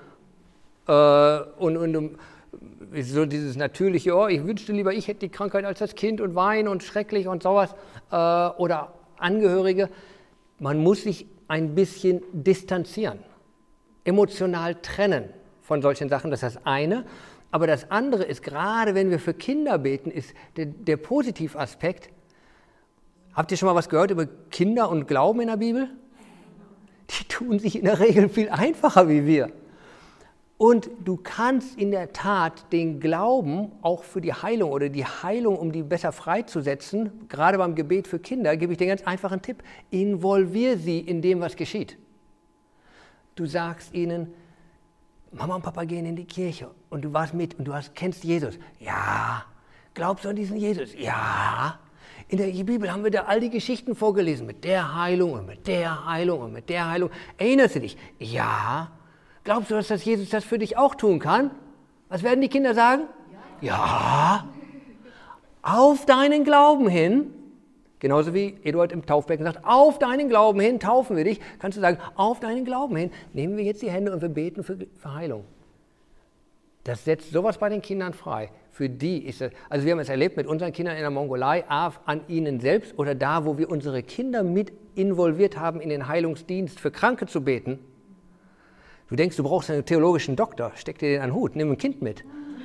und so dieses natürliche, oh, ich wünschte lieber, ich hätte die Krankheit als das Kind und weinen und schrecklich und sowas. Oder Angehörige, man muss sich ein bisschen distanzieren. Emotional trennen von solchen Sachen, das ist das eine. Aber das andere ist, gerade wenn wir für Kinder beten, ist der Positivaspekt. Habt ihr schon mal was gehört über Kinder und Glauben in der Bibel? Die tun sich in der Regel viel einfacher wie wir. Und du kannst in der Tat den Glauben auch für die Heilung oder die Heilung, um die besser freizusetzen, gerade beim Gebet für Kinder, gebe ich dir einen ganz einfachen Tipp. Involvier sie in dem, was geschieht. Du sagst ihnen, Mama und Papa gehen in die Kirche und du warst mit und du kennst Jesus. Ja. Glaubst du an diesen Jesus? Ja. In der Bibel haben wir da all die Geschichten vorgelesen mit der Heilung und mit der Heilung und mit der Heilung. Erinnerst du dich? Ja. Glaubst du, dass das Jesus das für dich auch tun kann? Was werden die Kinder sagen? Ja. Auf deinen Glauben hin, genauso wie Eduard im Taufbecken sagt, auf deinen Glauben hin taufen wir dich, kannst du sagen, auf deinen Glauben hin nehmen wir jetzt die Hände und wir beten für Heilung. Das setzt sowas bei den Kindern frei. Für die ist es, also wir haben es erlebt mit unseren Kindern in der Mongolei, an ihnen selbst oder da, wo wir unsere Kinder mit involviert haben, in den Heilungsdienst für Kranke zu beten. Du denkst, du brauchst einen theologischen Doktor, steck dir den an den Hut, nimm ein Kind mit.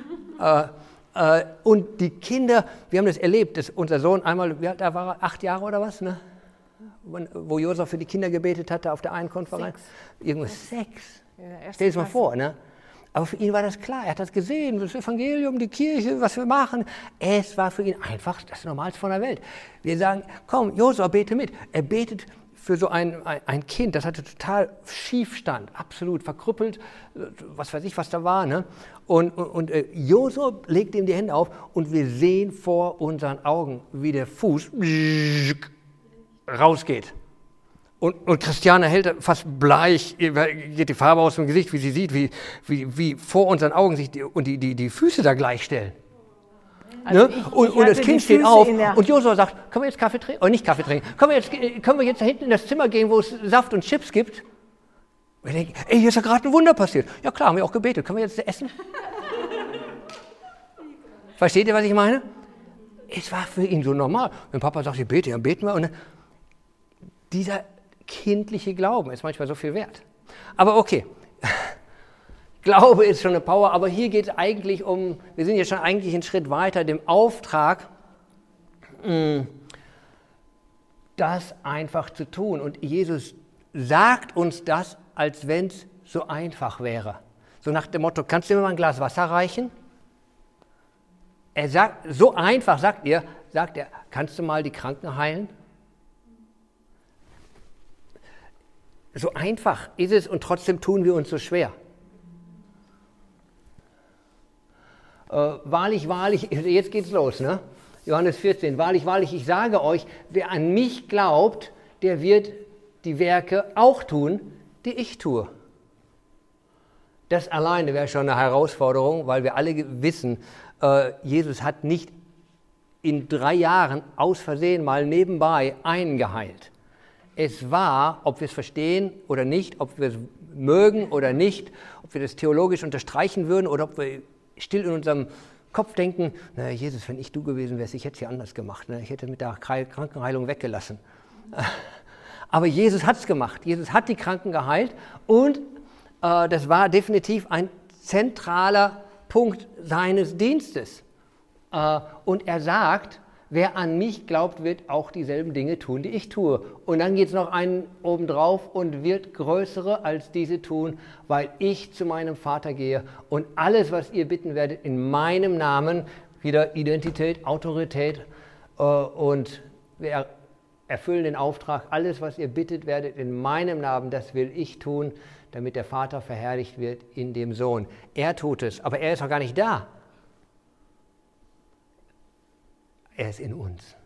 Und die Kinder, wir haben das erlebt, dass unser Sohn einmal, da war er 8 Jahre oder was, ne? Wo Josef für die Kinder gebetet hatte auf der einen Konferenz. 6. Irgendwas 6. Stell dir das mal vor, ne? Aber für ihn war das klar, er hat das gesehen, das Evangelium, die Kirche, was wir machen. Es war für ihn einfach das Normalste von der Welt. Wir sagen, komm, Josef, bete mit. Er betet für so ein Kind, das hatte total Schiefstand, absolut verkrüppelt, was weiß ich, was da war. Ne? Und Josef legt ihm die Hände auf und wir sehen vor unseren Augen, wie der Fuß rausgeht. Und Christiane hält fast bleich, geht die Farbe aus dem Gesicht, wie sie sieht, wie vor unseren Augen sich die Füße da gleichstellen. Also ne? Und das Kind steht auf und Josua sagt, können wir jetzt Kaffee trinken? Oder nicht Kaffee trinken. Können wir jetzt da hinten in das Zimmer gehen, wo es Saft und Chips gibt? Und wir denken, ey, hier ist ja gerade ein Wunder passiert. Ja klar, haben wir auch gebetet. Können wir jetzt essen? Versteht ihr, was ich meine? Es war für ihn so normal. Wenn Papa sagt, ich bete, dann beten wir. Und dieser kindliche Glauben ist manchmal so viel wert. Aber okay. Glaube ist schon eine Power, aber hier geht es eigentlich wir sind jetzt schon eigentlich einen Schritt weiter, dem Auftrag, das einfach zu tun. Und Jesus sagt uns das, als wenn es so einfach wäre. So nach dem Motto, kannst du mir mal ein Glas Wasser reichen? Er sagt, so einfach sagt er, kannst du mal die Kranken heilen? So einfach ist es und trotzdem tun wir uns so schwer. Wahrlich, wahrlich, jetzt geht's los, ne? Johannes 14, wahrlich, wahrlich, ich sage euch, wer an mich glaubt, der wird die Werke auch tun, die ich tue. Das alleine wäre schon eine Herausforderung, weil wir alle wissen, Jesus hat nicht in 3 Jahren aus Versehen mal nebenbei einen geheilt. Es war, ob wir es verstehen oder nicht, ob wir es mögen oder nicht, ob wir das theologisch unterstreichen würden oder ob wir still in unserem Kopf denken, na Jesus, wenn ich du gewesen wärst, ich hätte es ja anders gemacht, ne? Ich hätte mit der Krankenheilung weggelassen. Aber Jesus hat es gemacht. Jesus hat die Kranken geheilt und das war definitiv ein zentraler Punkt seines Dienstes. Und er sagt, wer an mich glaubt, wird auch dieselben Dinge tun, die ich tue. Und dann geht es noch einen obendrauf und wird größere als diese tun, weil ich zu meinem Vater gehe. Und alles, was ihr bitten werdet, in meinem Namen, wieder Identität, Autorität und wir erfüllen den Auftrag, alles, was ihr bittet werdet, in meinem Namen, das will ich tun, damit der Vater verherrlicht wird in dem Sohn. Er tut es, aber er ist noch gar nicht da. Er ist in uns.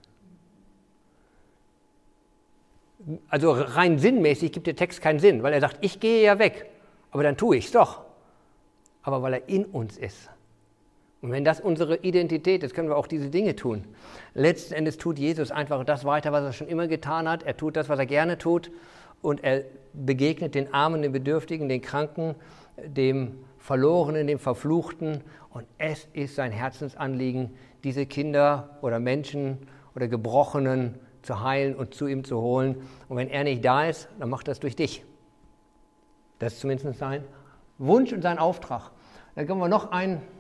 Also rein sinnmäßig gibt der Text keinen Sinn, weil er sagt, ich gehe ja weg, aber dann tue ich es doch. Aber weil er in uns ist. Und wenn das unsere Identität ist, können wir auch diese Dinge tun. Letzten Endes tut Jesus einfach das weiter, was er schon immer getan hat. Er tut das, was er gerne tut. Und er begegnet den Armen, den Bedürftigen, den Kranken, dem Verlorenen, dem Verfluchten. Und es ist sein Herzensanliegen, diese Kinder oder Menschen oder Gebrochenen zu heilen und zu ihm zu holen. Und wenn er nicht da ist, dann macht das durch dich. Das ist zumindest sein Wunsch und sein Auftrag. Dann können wir noch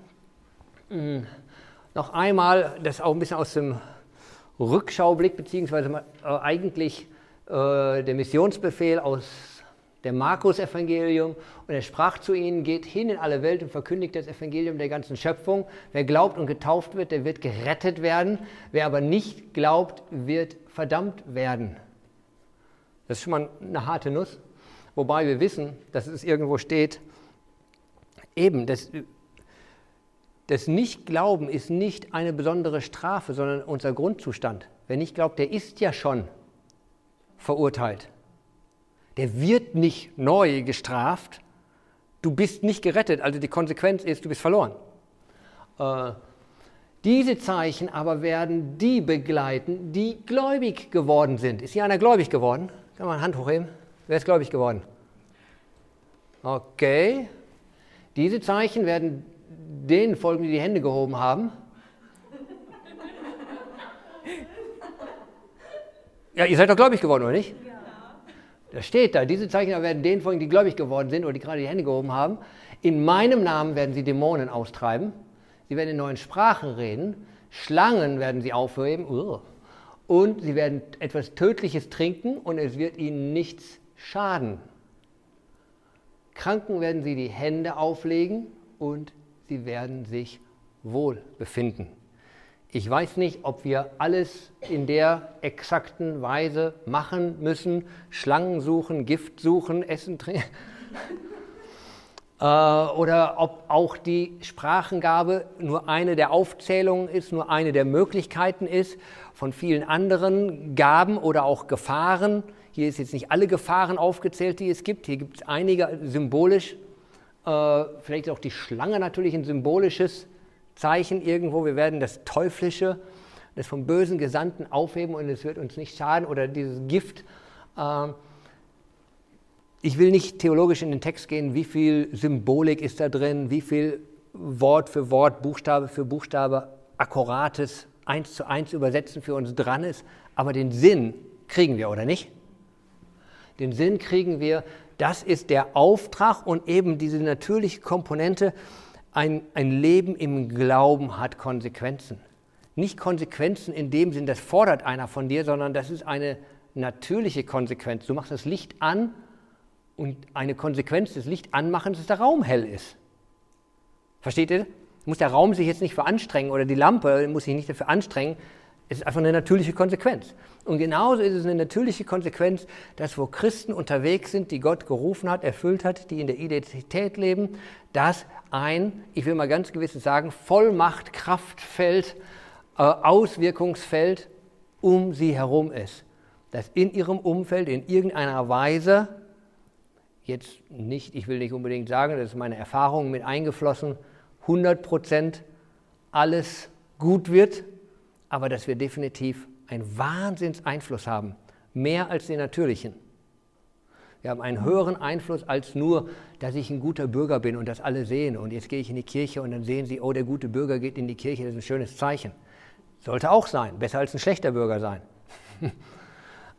einmal, das ist auch ein bisschen aus dem Rückschaublick, beziehungsweise eigentlich der Missionsbefehl aus dem Markus-Evangelium. Und er sprach zu ihnen, geht hin in alle Welt und verkündigt das Evangelium der ganzen Schöpfung. Wer glaubt und getauft wird, der wird gerettet werden. Wer aber nicht glaubt, wird verdammt werden. Das ist schon mal eine harte Nuss. Wobei wir wissen, dass es irgendwo steht, eben, das Nicht-Glauben ist nicht eine besondere Strafe, sondern unser Grundzustand. Wer nicht glaubt, der ist ja schon verurteilt. Der wird nicht neu gestraft. Du bist nicht gerettet, also die Konsequenz ist, du bist verloren. Diese Zeichen aber werden die begleiten, die gläubig geworden sind. Ist hier einer gläubig geworden? Kann man eine Hand hochheben? Wer ist gläubig geworden? Okay. Diese Zeichen werden denen folgen, die die Hände gehoben haben. Ja, ihr seid doch gläubig geworden, oder nicht? Ja. Das steht da. Diese Zeichen werden denen folgen, die gläubig geworden sind oder die gerade die Hände gehoben haben. In meinem Namen werden sie Dämonen austreiben. Sie werden in neuen Sprachen reden. Schlangen werden sie aufheben. Und sie werden etwas Tödliches trinken und es wird ihnen nichts schaden. Kranken werden sie die Hände auflegen und sie werden sich wohl befinden. Ich weiß nicht, ob wir alles in der exakten Weise machen müssen. Schlangen suchen, Gift suchen, Essen trinken. Oder ob auch die Sprachengabe nur eine der Aufzählungen ist, nur eine der Möglichkeiten ist von vielen anderen Gaben oder auch Gefahren. Hier ist jetzt nicht alle Gefahren aufgezählt, die es gibt. Hier gibt es einige symbolisch. Vielleicht auch die Schlange natürlich ein symbolisches Zeichen irgendwo. Wir werden das Teuflische, das vom bösen Gesandten aufheben und es wird uns nicht schaden. Oder dieses Gift. Ich will nicht theologisch in den Text gehen, wie viel Symbolik ist da drin, wie viel Wort für Wort, Buchstabe für Buchstabe, akkurates 1:1 übersetzen für uns dran ist. Aber den Sinn kriegen wir, oder nicht? Den Sinn kriegen wir. Das ist der Auftrag und eben diese natürliche Komponente. Ein Leben im Glauben hat Konsequenzen. Nicht Konsequenzen in dem Sinn, das fordert einer von dir, sondern das ist eine natürliche Konsequenz. Du machst das Licht an und eine Konsequenz des Lichtanmachens ist, dass der Raum hell ist. Versteht ihr? Muss der Raum sich jetzt nicht für anstrengen oder die Lampe muss sich nicht dafür anstrengen. Es ist einfach eine natürliche Konsequenz. Und genauso ist es eine natürliche Konsequenz, dass wo Christen unterwegs sind, die Gott gerufen hat, erfüllt hat, die in der Identität leben, dass ein, ich will mal ganz gewisses sagen, Vollmacht, Kraftfeld, Auswirkungsfeld um sie herum ist. Dass in ihrem Umfeld in irgendeiner Weise, jetzt nicht, ich will nicht unbedingt sagen, das ist meine Erfahrung mit eingeflossen, 100% alles gut wird, aber dass wir definitiv einen Wahnsinnseinfluss haben, mehr als den natürlichen. Wir haben einen höheren Einfluss als nur, dass ich ein guter Bürger bin und das alle sehen. Und jetzt gehe ich in die Kirche und dann sehen sie, oh, der gute Bürger geht in die Kirche, das ist ein schönes Zeichen. Sollte auch sein, besser als ein schlechter Bürger sein.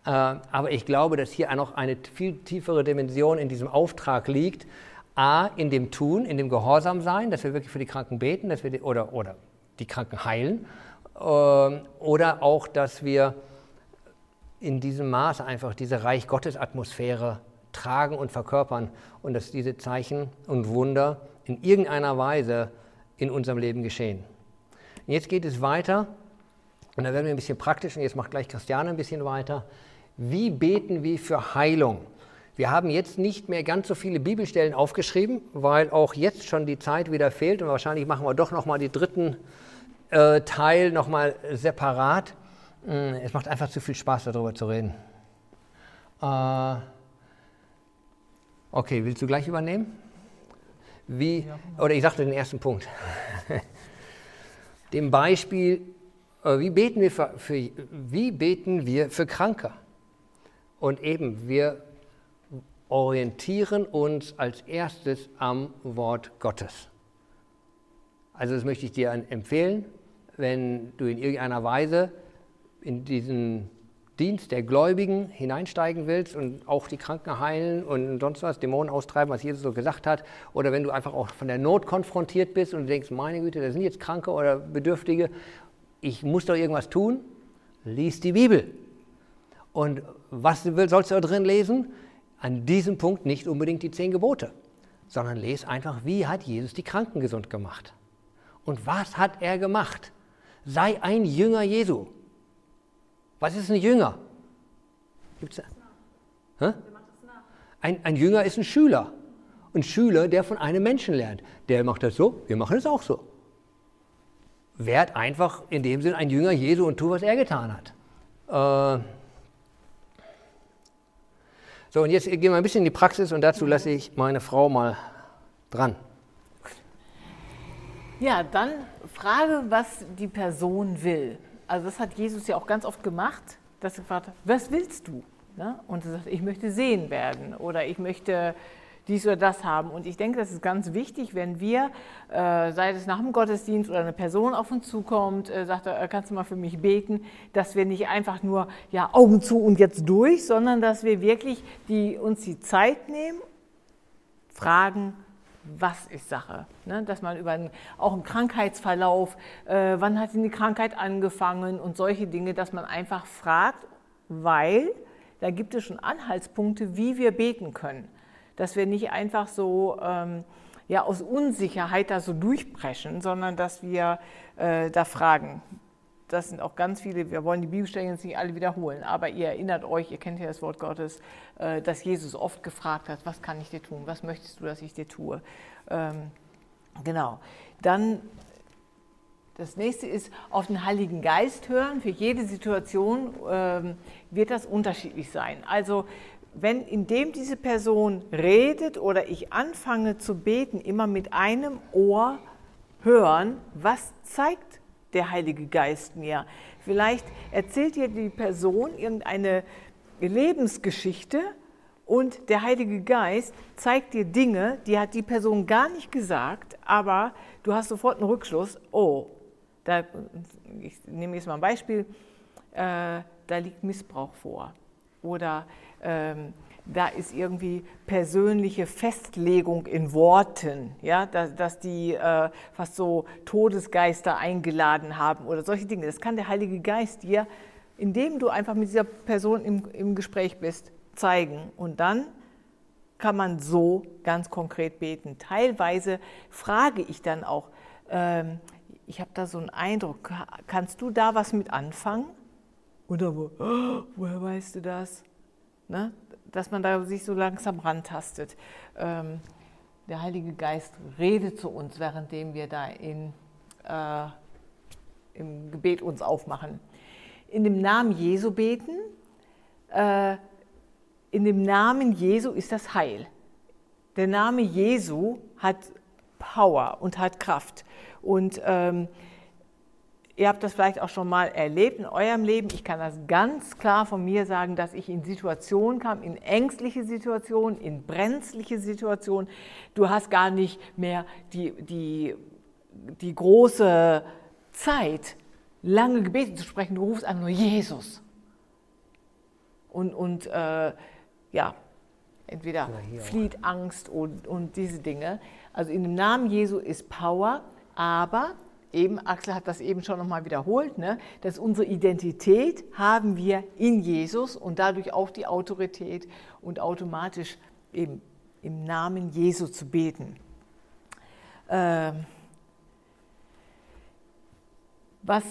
Aber ich glaube, dass hier noch eine viel tiefere Dimension in diesem Auftrag liegt. A, in dem Tun, in dem Gehorsam sein, dass wir wirklich für die Kranken beten, dass wir oder die Kranken heilen. Oder auch, dass wir in diesem Maße einfach diese Reich Gottes Atmosphäre tragen und verkörpern und dass diese Zeichen und Wunder in irgendeiner Weise in unserem Leben geschehen. Und jetzt geht es weiter und da werden wir ein bisschen praktisch und jetzt macht gleich Christiane ein bisschen weiter. Wie beten wir für Heilung? Wir haben jetzt nicht mehr ganz so viele Bibelstellen aufgeschrieben, weil auch jetzt schon die Zeit wieder fehlt und wahrscheinlich machen wir doch nochmal den dritten Teil nochmal separat. Es macht einfach zu viel Spaß, darüber zu reden. Okay, willst du gleich übernehmen? Oder ich sagte den ersten Punkt. Dem Beispiel, wie beten wir für Kranke? Und eben, wir orientieren uns als erstes am Wort Gottes. Also das möchte ich dir empfehlen, wenn du in irgendeiner Weise in diesen Dienst der Gläubigen hineinsteigen willst und auch die Kranken heilen und sonst was, Dämonen austreiben, was Jesus so gesagt hat, oder wenn du einfach auch von der Not konfrontiert bist und du denkst, meine Güte, da sind jetzt Kranke oder Bedürftige, ich muss doch irgendwas tun, lies die Bibel. Und was sollst du da drin lesen? An diesem Punkt nicht unbedingt die 10 Gebote, sondern lese einfach, wie hat Jesus die Kranken gesund gemacht? Und was hat er gemacht? Sei ein Jünger Jesu. Was ist ein Jünger? Gibt's da? Ein Jünger ist ein Schüler. Ein Schüler, der von einem Menschen lernt. Der macht das so, wir machen es auch so. Werd einfach in dem Sinn ein Jünger Jesu und tu, was er getan hat. So, und jetzt gehen wir ein bisschen in die Praxis und dazu lasse ich meine Frau mal dran. Ja, dann frage, was die Person will. Also das hat Jesus ja auch ganz oft gemacht, dass er gefragt hat, was willst du? Ne? Und er sagt, ich möchte sehen werden oder ich möchte dies oder das haben. Und ich denke, das ist ganz wichtig, wenn wir, sei es nach dem Gottesdienst oder eine Person auf uns zukommt, sagt, kannst du mal für mich beten, dass wir nicht einfach nur ja, Augen zu und jetzt durch, sondern dass wir wirklich uns die Zeit nehmen, fragen, was ist Sache? Ne? Dass man auch einen Krankheitsverlauf, wann hat denn die Krankheit angefangen und solche Dinge, dass man einfach fragt, weil da gibt es schon Anhaltspunkte, wie wir beten können. Dass wir nicht einfach so aus Unsicherheit da so durchpreschen, sondern dass wir da fragen. Das sind auch ganz viele, wir wollen die Bibelstellen jetzt nicht alle wiederholen, aber ihr erinnert euch, ihr kennt ja das Wort Gottes, dass Jesus oft gefragt hat, was kann ich dir tun, was möchtest du, dass ich dir tue? Genau. Dann das nächste ist, auf den Heiligen Geist hören. Für jede Situation wird das unterschiedlich sein. Also wenn indem diese Person redet oder ich anfange zu beten, immer mit einem Ohr hören, was zeigt der Heilige Geist mir? Vielleicht erzählt dir die Person irgendeine Lebensgeschichte und der Heilige Geist zeigt dir Dinge, die hat die Person gar nicht gesagt, aber du hast sofort einen Rückschluss, ich nehme jetzt mal ein Beispiel, da liegt Missbrauch vor oder da ist irgendwie persönliche Festlegung in Worten, ja, dass die fast so Todesgeister eingeladen haben oder solche Dinge. Das kann der Heilige Geist dir, indem du einfach mit dieser Person im Gespräch bist, zeigen. Und dann kann man so ganz konkret beten. Teilweise frage ich dann auch, ich habe da so einen Eindruck, kannst du da was mit anfangen? Oder woher weißt du das? Ne? Dass man da sich so langsam rantastet. Der Heilige Geist redet zu uns, währenddem wir da im Gebet uns aufmachen. In dem Namen Jesu beten, in dem Namen Jesu ist das Heil. Der Name Jesu hat Power und hat Kraft. Und ihr habt das vielleicht auch schon mal erlebt in eurem Leben. Ich kann das ganz klar von mir sagen, dass ich in Situationen kam, in ängstliche Situationen, in brenzliche Situationen. Du hast gar nicht mehr die große Zeit, lange Gebete zu sprechen. Du rufst an nur Jesus. ja, entweder flieht Angst und diese Dinge. Also in dem Namen Jesu ist Power, aber eben, Axel hat das eben schon nochmal wiederholt, ne, dass unsere Identität haben wir in Jesus und dadurch auch die Autorität und automatisch eben im Namen Jesu zu beten. Was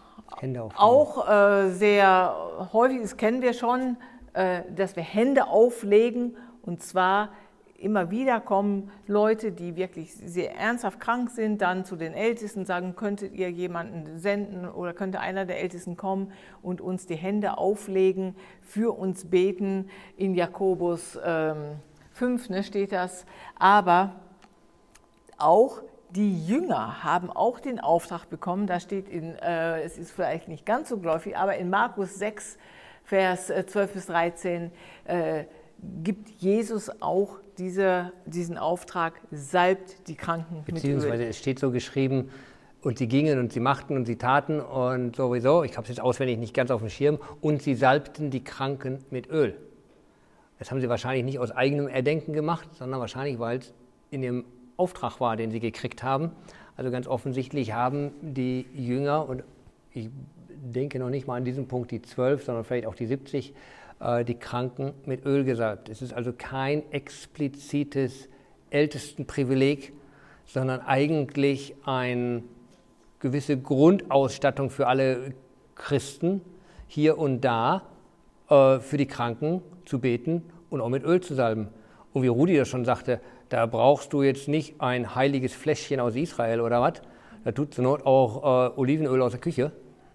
auch sehr häufig ist, kennen wir schon, dass wir Hände auflegen, und zwar immer wieder kommen Leute, die wirklich sehr ernsthaft krank sind, dann zu den Ältesten sagen, könntet ihr jemanden senden oder könnte einer der Ältesten kommen und uns die Hände auflegen, für uns beten. In Jakobus 5 steht das. Aber auch die Jünger haben auch den Auftrag bekommen, da steht es ist vielleicht nicht ganz so geläufig, aber in Markus 6, Vers 12 bis 13 gibt Jesus auch diesen Auftrag, salbt die Kranken mit Öl. Beziehungsweise es steht so geschrieben, und sie gingen und sie machten und sie taten und sowieso, ich habe es jetzt auswendig nicht ganz auf dem Schirm, und sie salbten die Kranken mit Öl. Das haben sie wahrscheinlich nicht aus eigenem Erdenken gemacht, sondern wahrscheinlich, weil es in ihrem Auftrag war, den sie gekriegt haben. Also ganz offensichtlich haben die Jünger, und ich denke noch nicht mal an diesem Punkt die 12, sondern vielleicht auch die 70, die Kranken mit Öl gesalbt. Es ist also kein explizites Ältestenprivileg, sondern eigentlich eine gewisse Grundausstattung für alle Christen, hier und da für die Kranken zu beten und auch mit Öl zu salben. Und wie Rudi das schon sagte, da brauchst du jetzt nicht ein heiliges Fläschchen aus Israel oder was. Da tut zur Not auch Olivenöl aus der Küche.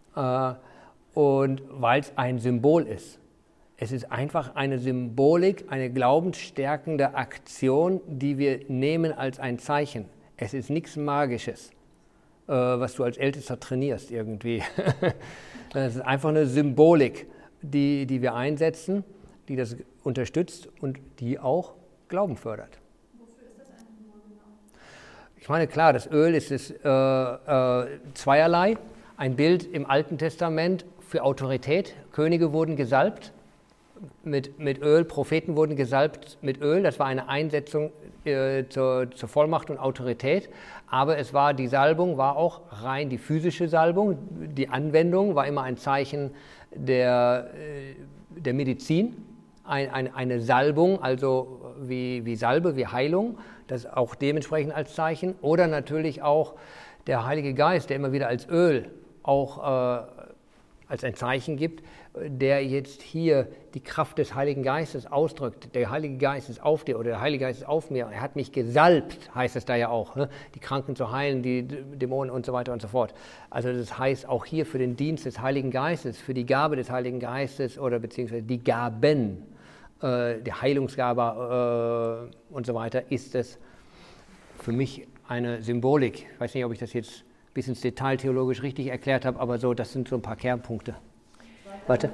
Und weil es ein Symbol ist. Es ist einfach eine Symbolik, eine glaubensstärkende Aktion, die wir nehmen als ein Zeichen. Es ist nichts Magisches, was du als Ältester trainierst irgendwie. Es ist einfach eine Symbolik, die wir einsetzen, die das unterstützt und die auch Glauben fördert. Wofür ist das eigentlich nur genau? Ich meine, klar, das Öl ist zweierlei. Ein Bild im Alten Testament für Autorität. Könige wurden gesalbt mit Öl, Propheten wurden gesalbt mit Öl. Das war eine Einsetzung zur Vollmacht und Autorität. Aber die Salbung war auch rein die physische Salbung. Die Anwendung war immer ein Zeichen der Medizin. Eine Salbung, also wie Salbe, wie Heilung, das auch dementsprechend als Zeichen. Oder natürlich auch der Heilige Geist, der immer wieder als Öl auch als ein Zeichen gibt, der jetzt hier die Kraft des Heiligen Geistes ausdrückt. Der Heilige Geist ist auf dir oder der Heilige Geist ist auf mir. Er hat mich gesalbt, heißt es da ja auch, ne? Die Kranken zu heilen, die Dämonen und so weiter und so fort. Also das heißt auch hier für den Dienst des Heiligen Geistes, für die Gabe des Heiligen Geistes oder beziehungsweise die Gaben, die Heilungsgabe und so weiter, ist es für mich eine Symbolik. Ich weiß nicht, ob ich das jetzt bis ins Detail theologisch richtig erklärt habe, aber so, das sind so ein paar Kernpunkte. Warte.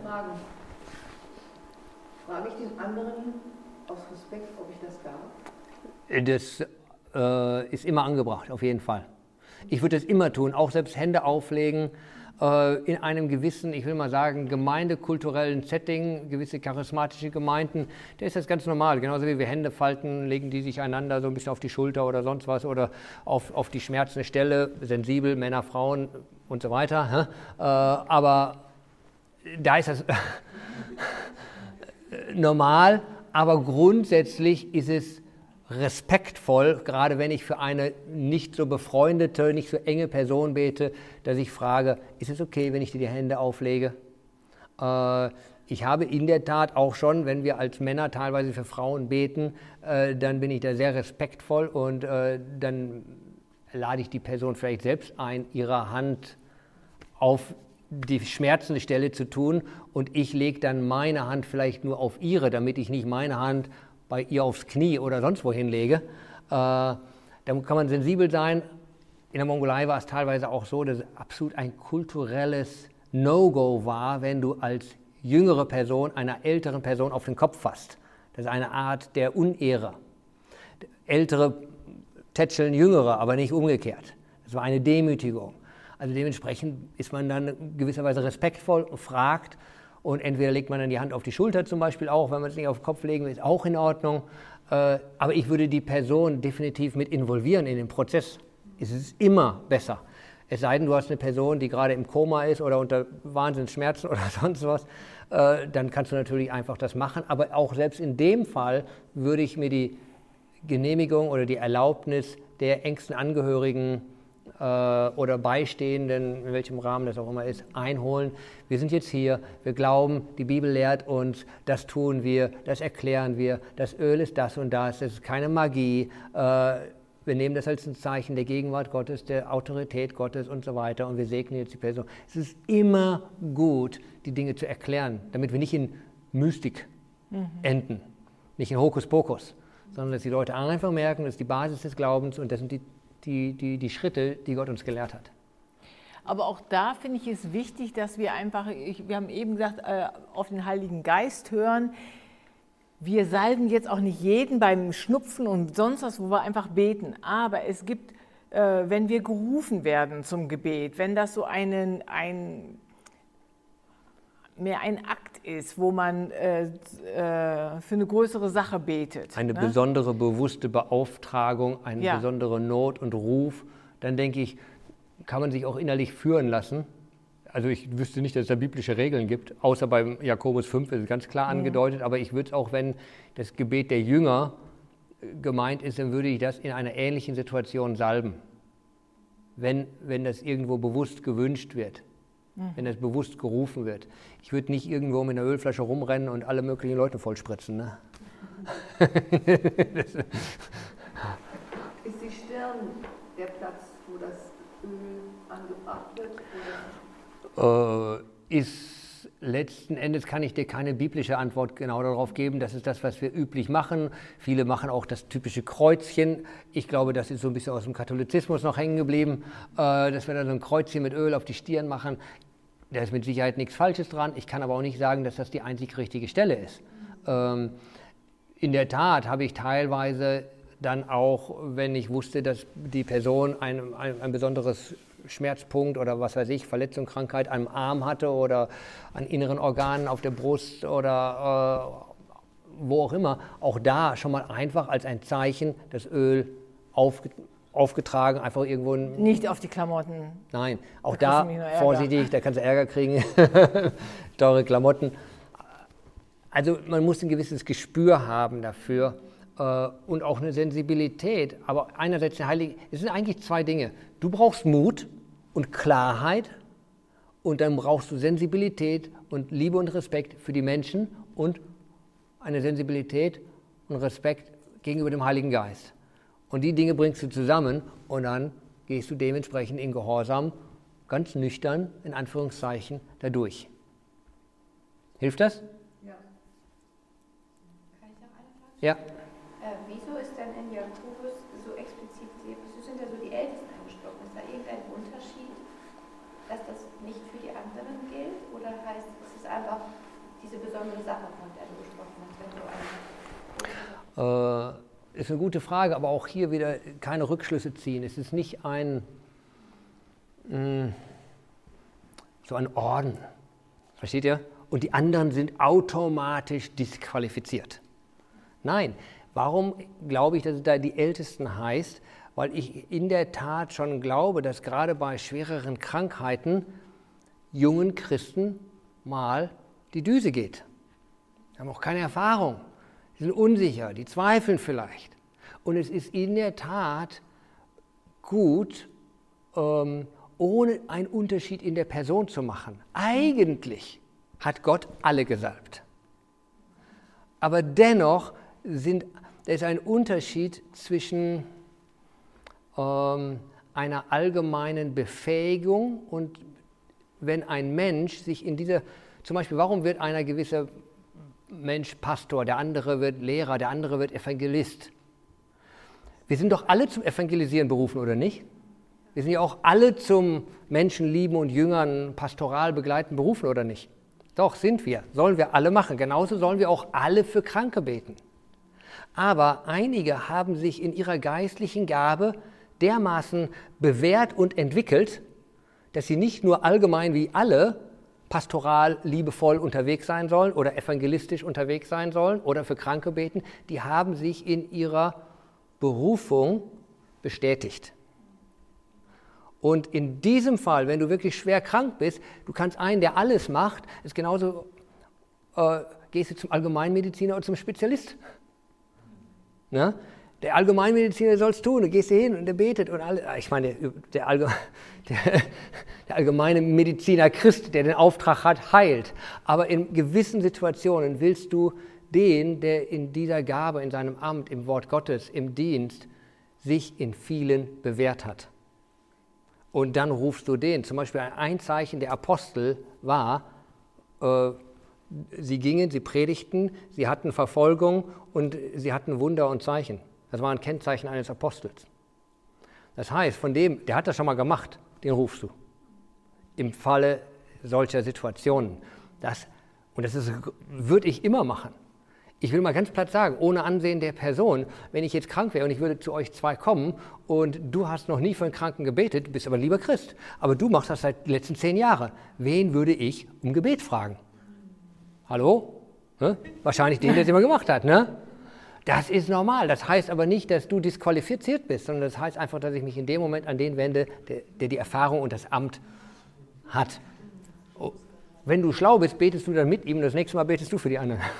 Frage ich den anderen aus Respekt, ob ich das darf? Das ist immer angebracht, auf jeden Fall. Ich würde es immer tun, auch selbst Hände auflegen, in einem gewissen, ich will mal sagen, gemeindekulturellen Setting, gewisse charismatische Gemeinden, da ist das ganz normal. Genauso wie wir Hände falten, legen die sich einander so ein bisschen auf die Schulter oder sonst was oder auf die schmerzende Stelle, sensibel, Männer, Frauen und so weiter. Aber da ist das normal, aber grundsätzlich ist es respektvoll, gerade wenn ich für eine nicht so befreundete, nicht so enge Person bete, dass ich frage, ist es okay, wenn ich dir die Hände auflege? Ich habe in der Tat auch schon, wenn wir als Männer teilweise für Frauen beten, dann bin ich da sehr respektvoll und dann lade ich die Person vielleicht selbst ein, ihre Hand auf die schmerzende Stelle zu tun und ich lege dann meine Hand vielleicht nur auf ihre, damit ich nicht meine Hand bei ihr aufs Knie oder sonst wohin lege. Da kann man sensibel sein. In der Mongolei war es teilweise auch so, dass es absolut ein kulturelles No-Go war, wenn du als jüngere Person einer älteren Person auf den Kopf fasst. Das ist eine Art der Unehre. Ältere tätscheln Jüngere, aber nicht umgekehrt. Das war eine Demütigung. Also dementsprechend ist man dann gewisserweise respektvoll und fragt, Und entweder legt man dann die Hand auf die Schulter zum Beispiel auch, wenn man es nicht auf den Kopf legen will, ist auch in Ordnung. Aber ich würde die Person definitiv mit involvieren in den Prozess. Es ist immer besser. Es sei denn, du hast eine Person, die gerade im Koma ist oder unter Wahnsinnsschmerzen oder sonst was, dann kannst du natürlich einfach das machen. Aber auch selbst in dem Fall würde ich mir die Genehmigung oder die Erlaubnis der engsten Angehörigen oder Beistehenden, in welchem Rahmen das auch immer ist, einholen. Wir sind jetzt hier, wir glauben, die Bibel lehrt uns, das tun wir, das erklären wir, das Öl ist das und das ist keine Magie. Wir nehmen das als ein Zeichen der Gegenwart Gottes, der Autorität Gottes und so weiter und wir segnen jetzt die Person. Es ist immer gut, die Dinge zu erklären, damit wir nicht in Mystik enden, nicht in Hokuspokus, sondern dass die Leute einfach merken, das ist die Basis des Glaubens und das sind die Schritte, die Gott uns gelehrt hat. Aber auch da finde ich es wichtig, dass wir einfach, wir haben eben gesagt, auf den Heiligen Geist hören. Wir salben jetzt auch nicht jeden beim Schnupfen und sonst was, wo wir einfach beten. Aber es gibt, wenn wir gerufen werden zum Gebet, wenn das so mehr ein Akt ist, wo man für eine größere Sache betet. Eine besondere bewusste Beauftragung, eine besondere Not und Ruf, dann denke ich, kann man sich auch innerlich führen lassen. Also ich wüsste nicht, dass es da biblische Regeln gibt, außer beim Jakobus 5 ist es ganz klar angedeutet, aber ich würde es auch, wenn das Gebet der Jünger gemeint ist, dann würde ich das in einer ähnlichen Situation salben, wenn das irgendwo bewusst gewünscht wird, wenn das bewusst gerufen wird. Ich würde nicht irgendwo mit einer Ölflasche rumrennen und alle möglichen Leute vollspritzen. Ne? Ist die Stirn der Platz, wo das Öl angebracht wird? Ist letzten Endes, kann ich dir keine biblische Antwort genau darauf geben. Das ist das, was wir üblich machen. Viele machen auch das typische Kreuzchen. Ich glaube, das ist so ein bisschen aus dem Katholizismus noch hängen geblieben, dass wir dann so ein Kreuzchen mit Öl auf die Stirn machen. Da ist mit Sicherheit nichts Falsches dran. Ich kann aber auch nicht sagen, dass das die einzig richtige Stelle ist. In der Tat habe ich teilweise dann auch, wenn ich wusste, dass die Person ein besonderes Schmerzpunkt oder was weiß ich, Verletzung, Krankheit am Arm hatte oder an inneren Organen auf der Brust oder wo auch immer, auch da schon mal einfach als ein Zeichen das Öl aufgetragen, einfach irgendwo... Nicht auf die Klamotten. Nein, auch da vorsichtig, da kannst du Ärger kriegen, teure Klamotten. Also man muss ein gewisses Gespür haben dafür und auch eine Sensibilität, aber einerseits der Heilige, es sind eigentlich zwei Dinge. Du brauchst Mut und Klarheit und dann brauchst du Sensibilität und Liebe und Respekt für die Menschen und eine Sensibilität und Respekt gegenüber dem Heiligen Geist. Und die Dinge bringst du zusammen und dann gehst du dementsprechend in Gehorsam, ganz nüchtern, in Anführungszeichen, dadurch. Hilft das? Ja. Kann ich noch eine Frage? Ja. Wieso ist denn in Jakobus so explizit, wieso sind da so die Ältesten angesprochen? Ist da irgendein Unterschied, dass das nicht für die anderen gilt? Oder heißt es ist einfach diese besondere Sache, von der du gesprochen hast, wenn so eine... Ist eine gute Frage, aber auch hier wieder keine Rückschlüsse ziehen. Es ist nicht so ein Orden, versteht ihr? Und die anderen sind automatisch disqualifiziert. Nein, warum glaube ich, dass es da die Ältesten heißt? Weil ich in der Tat schon glaube, dass gerade bei schwereren Krankheiten jungen Christen mal die Düse geht. Die haben auch keine Erfahrung. Die sind unsicher, die zweifeln vielleicht. Und es ist in der Tat gut, ohne einen Unterschied in der Person zu machen. Eigentlich hat Gott alle gesalbt. Aber dennoch da ist ein Unterschied zwischen einer allgemeinen Befähigung und wenn ein Mensch sich in dieser, zum Beispiel, warum wird einer gewisser Mensch Pastor, der andere wird Lehrer, der andere wird Evangelist. Wir sind doch alle zum Evangelisieren berufen, oder nicht? Wir sind ja auch alle zum Menschen lieben und Jüngern pastoral begleiten berufen, oder nicht? Doch, sind wir. Sollen wir alle machen. Genauso sollen wir auch alle für Kranke beten. Aber einige haben sich in ihrer geistlichen Gabe dermaßen bewährt und entwickelt, dass sie nicht nur allgemein wie alle pastoral, liebevoll unterwegs sein sollen oder evangelistisch unterwegs sein sollen oder für Kranke beten, die haben sich in ihrer Berufung bestätigt. Und in diesem Fall, wenn du wirklich schwer krank bist, du kannst einen, der alles macht, ist genauso, gehst du zum Allgemeinmediziner oder zum Spezialist. Ne? Der Allgemeinmediziner soll es tun, du gehst hin und der betet und alle. Ich meine, der allgemeine Mediziner Christ, der den Auftrag hat, heilt. Aber in gewissen Situationen willst du den, der in dieser Gabe, in seinem Amt, im Wort Gottes, im Dienst, sich in vielen bewährt hat. Und dann rufst du den. Zum Beispiel ein Zeichen der Apostel war, sie gingen, sie predigten, sie hatten Verfolgung und sie hatten Wunder und Zeichen. Das war ein Kennzeichen eines Apostels. Das heißt, von dem, der hat das schon mal gemacht, den rufst du. Im Falle solcher Situationen. Das würde ich immer machen. Ich will mal ganz platt sagen, ohne Ansehen der Person, wenn ich jetzt krank wäre und ich würde zu euch zwei kommen und du hast noch nie für einen Kranken gebetet, bist aber lieber Christ, aber du machst das seit den letzten 10 Jahren. Wen würde ich um Gebet fragen? Hallo? Ne? Wahrscheinlich den, der es immer gemacht hat, ne? Das ist normal. Das heißt aber nicht, dass du disqualifiziert bist, sondern das heißt einfach, dass ich mich in dem Moment an den wende, der die Erfahrung und das Amt hat. Wenn du schlau bist, betest du dann mit ihm und das nächste Mal betest du für die anderen.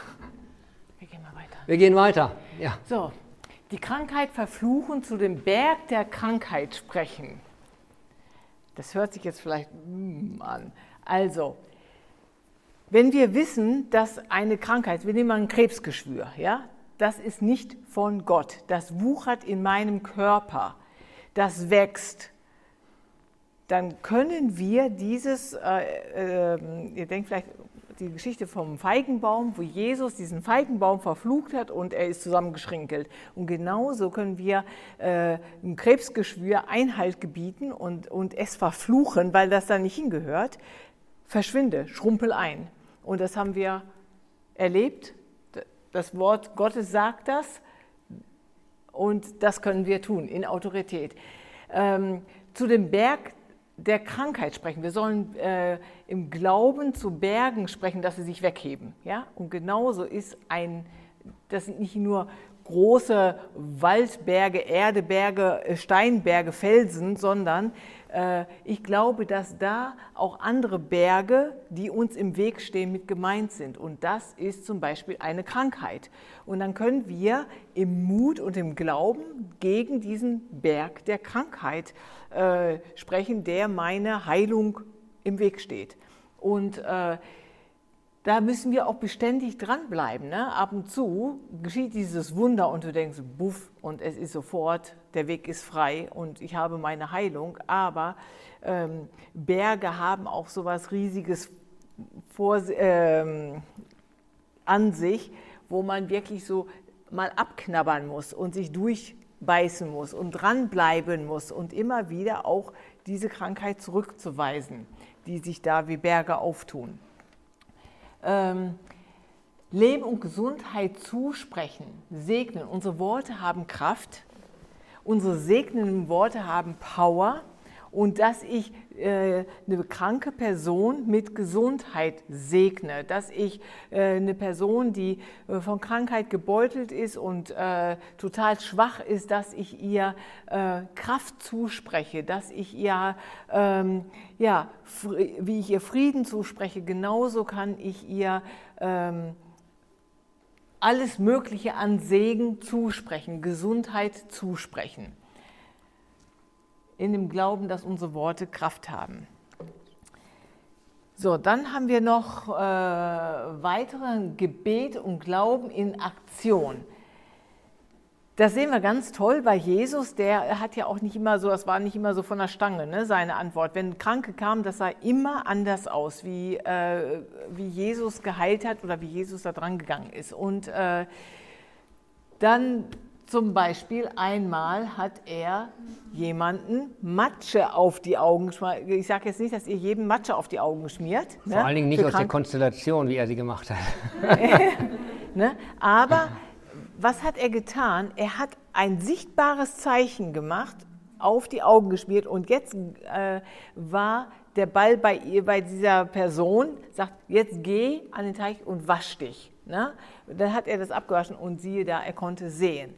Wir gehen weiter. Ja. So, die Krankheit verfluchen, zu dem Berg der Krankheit sprechen. Das hört sich jetzt vielleicht an. Also, wenn wir wissen, dass eine Krankheit, wir nehmen mal ein Krebsgeschwür, ja, das ist nicht von Gott. Das wuchert in meinem Körper, das wächst. Dann können wir dieses, ihr denkt vielleicht die Geschichte vom Feigenbaum, wo Jesus diesen Feigenbaum verflucht hat und er ist zusammengeschrinkelt. Und genauso können wir ein Krebsgeschwür Einhalt gebieten und es verfluchen, weil das da nicht hingehört. Verschwinde, schrumpel ein. Und das haben wir erlebt. Das Wort Gottes sagt das und das können wir tun in Autorität. Zu dem Berg der Krankheit sprechen. Wir sollen im Glauben zu Bergen sprechen, dass sie sich wegheben. Ja? Und genauso das sind nicht nur große Waldberge, Erdeberge, Steinberge, Felsen, sondern ich glaube, dass da auch andere Berge, die uns im Weg stehen, mit gemeint sind. Und das ist zum Beispiel eine Krankheit. Und dann können wir im Mut und im Glauben gegen diesen Berg der Krankheit sprechen, der meine Heilung im Weg steht. Und da müssen wir auch beständig dranbleiben. Ne? Ab und zu geschieht dieses Wunder und du denkst, buff, und es ist sofort, der Weg ist frei und ich habe meine Heilung. Aber Berge haben auch so was Riesiges an sich, wo man wirklich so mal abknabbern muss und sich durchbeißen muss und dranbleiben muss und immer wieder auch diese Krankheit zurückzuweisen, die sich da wie Berge auftun. Leben und Gesundheit zusprechen, segnen. Unsere Worte haben Kraft, unsere segnenden Worte haben Power und dass ich eine kranke Person mit Gesundheit segne, dass ich eine Person, die von Krankheit gebeutelt ist und total schwach ist, dass ich ihr Kraft zuspreche, dass ich ihr, wie ich ihr Frieden zuspreche, genauso kann ich ihr alles Mögliche an Segen zusprechen, Gesundheit zusprechen. In dem Glauben, dass unsere Worte Kraft haben. So, dann haben wir noch weitere Gebet und Glauben in Aktion. Das sehen wir ganz toll bei Jesus, der hat ja auch nicht immer so, das war nicht immer so von der Stange, ne, seine Antwort. Wenn Kranke kamen, das sah immer anders aus, wie Jesus geheilt hat oder wie Jesus da dran gegangen ist. Und dann zum Beispiel einmal hat er jemanden Matsche auf die Augen geschmiert. Ich sage jetzt nicht, dass ihr jedem Matsche auf die Augen schmiert. Vor allen Dingen nicht aus der Konstellation, wie er sie gemacht hat. Ne? Aber was hat er getan? Er hat ein sichtbares Zeichen gemacht, auf die Augen geschmiert und jetzt war der Ball bei dieser Person, sagt, jetzt geh an den Teich und wasch dich. Ne? Dann hat er das abgewaschen und siehe da, er konnte sehen.